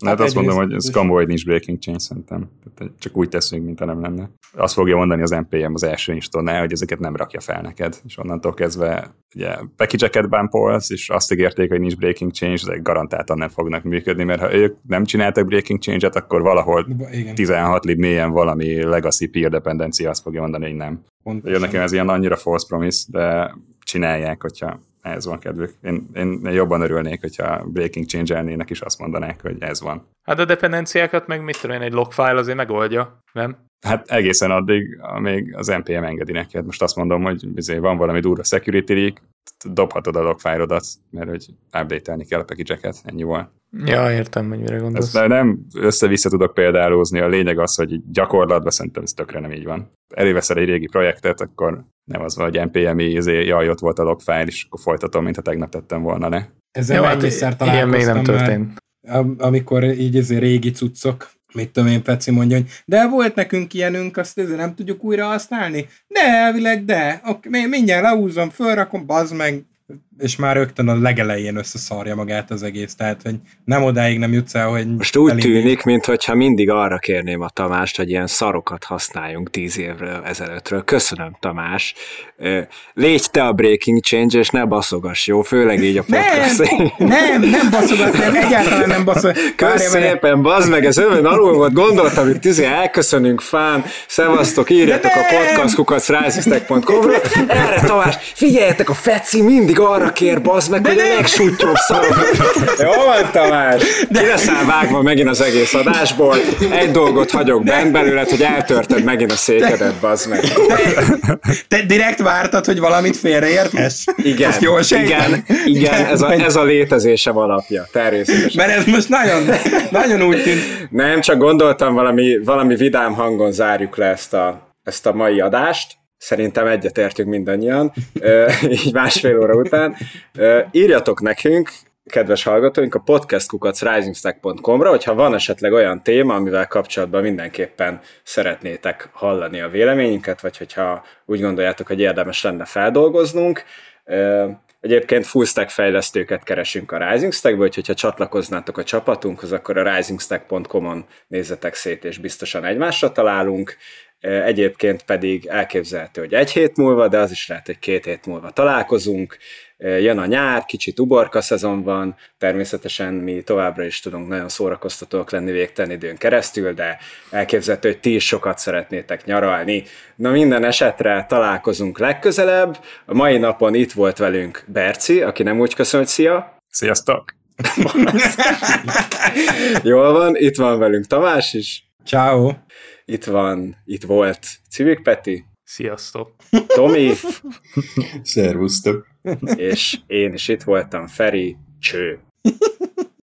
Hát azt mondom, hogy ez kamu, hogy nincs breaking change szerintem. Tehát csak úgy teszünk, mintha nem lenne. Azt fogja mondani az NPM az első installnál, hogy ezeket nem rakja fel neked. És onnantól kezdve ugye package-eket bumpolsz, és azt ígérték, hogy nincs breaking change, de garantáltan nem fognak működni, mert ha ők nem csináltak breaking change-et, akkor valahol 16 lib mélyen valami legacy peer dependencia azt fogja mondani, hogy nem. Nekem ez ilyen annyira false promise, de csinálják, hogyha ez van kedvük. Én jobban örülnék, hogyha breaking change-elnének is azt mondanák, hogy ez van. Hát a dependenciákat meg mit tudom én, egy logfile azért megoldja, nem? Hát egészen addig, amíg az NPM engedi neked. Most azt mondom, hogy van valami durva security leak, dobhatod a logfile-odat, mert hogy update-elni kell a package-eket, ennyi volt. Ja, értem, hogy mire gondolsz. Ezt nem össze-vissza tudok példálózni, a lényeg az, hogy gyakorlatban szerintem ez tökre nem így van. Előveszel egy régi projektet, akkor nem az van, hogy NPM-i, jaj, ott volt a logfile, és akkor folytatom, mintha tegnap tettem volna, ne? Ezzel mennyiszer találkoztam még nem történt. Amikor így régi cuccok, mit tudom én, Peci mondja, hogy de volt nekünk ilyenünk, azt ezért nem tudjuk újra használni? De elvileg, de. Mindjárt lehúzom, fölrakom, bazd meg, és már rögtön a legelején összeszarja magát az egész, tehát hogy nem odáig nem jutsz el, hogy... Most úgy tűnik, mintha mindig arra kérném a Tamást, hogy ilyen szarokat használjunk 10 évről ezelőttről. Köszönöm, Tamás. Légy te a breaking change, és ne baszogass, jó? Főleg így a podcast. Nem baszogat, egyáltalán nem baszogat. Köszönöm szépen, bazd meg, ez övön alul volt, gondoltam, hogy elköszönünk, fán, szevasztok, írjatok a podcast@risingstack.com-ra. Erre, Tamás, figyeljetek, a Feci mindig arra kér, bazd meg, hogy a legsúttyóbb szarok. Jó van, Tamás! Ki leszel vágva megint az egész adásból, egy dolgot hagyok bent belőled, hogy eltörted megint a székedet, bazd meg. Te direkt vártad, hogy valamit félreértesz? Igen, igen, ez a létezésem alapja, természetesen. Mert ez most nagyon úgy tűnt. Nem, csak gondoltam, valami vidám hangon zárjuk le ezt a mai adást. Szerintem egyetértünk mindannyian, így másfél óra után. Írjatok nekünk, kedves hallgatóink, a podcast@risingstack.com-ra, hogyha van esetleg olyan téma, amivel kapcsolatban mindenképpen szeretnétek hallani a véleményünket, vagy hogyha úgy gondoljátok, hogy érdemes lenne feldolgoznunk. Egyébként full stack fejlesztőket keresünk a Rising Stackből, úgyhogy ha csatlakoznátok a csapatunkhoz, akkor a risingstack.com-on nézzetek szét, és biztosan egymásra találunk. Egyébként pedig elképzelhető, hogy 1 hét múlva, de az is lehet, hogy 2 hét múlva találkozunk. Jön a nyár, kicsit uborka szezon van, természetesen mi továbbra is tudunk nagyon szórakoztatóak lenni végtelen időn keresztül, de elképzelhető, hogy ti is sokat szeretnétek nyaralni. Na minden esetre találkozunk legközelebb. A mai napon itt volt velünk Berci, aki nem úgy köszön, hogy szia! Sziasztok! Jól van, itt van velünk Tamás is. Ciao. Itt volt Civik Peti. Sziasztok! Tomi. Szervusztok! És én is itt voltam, Feri. Cső!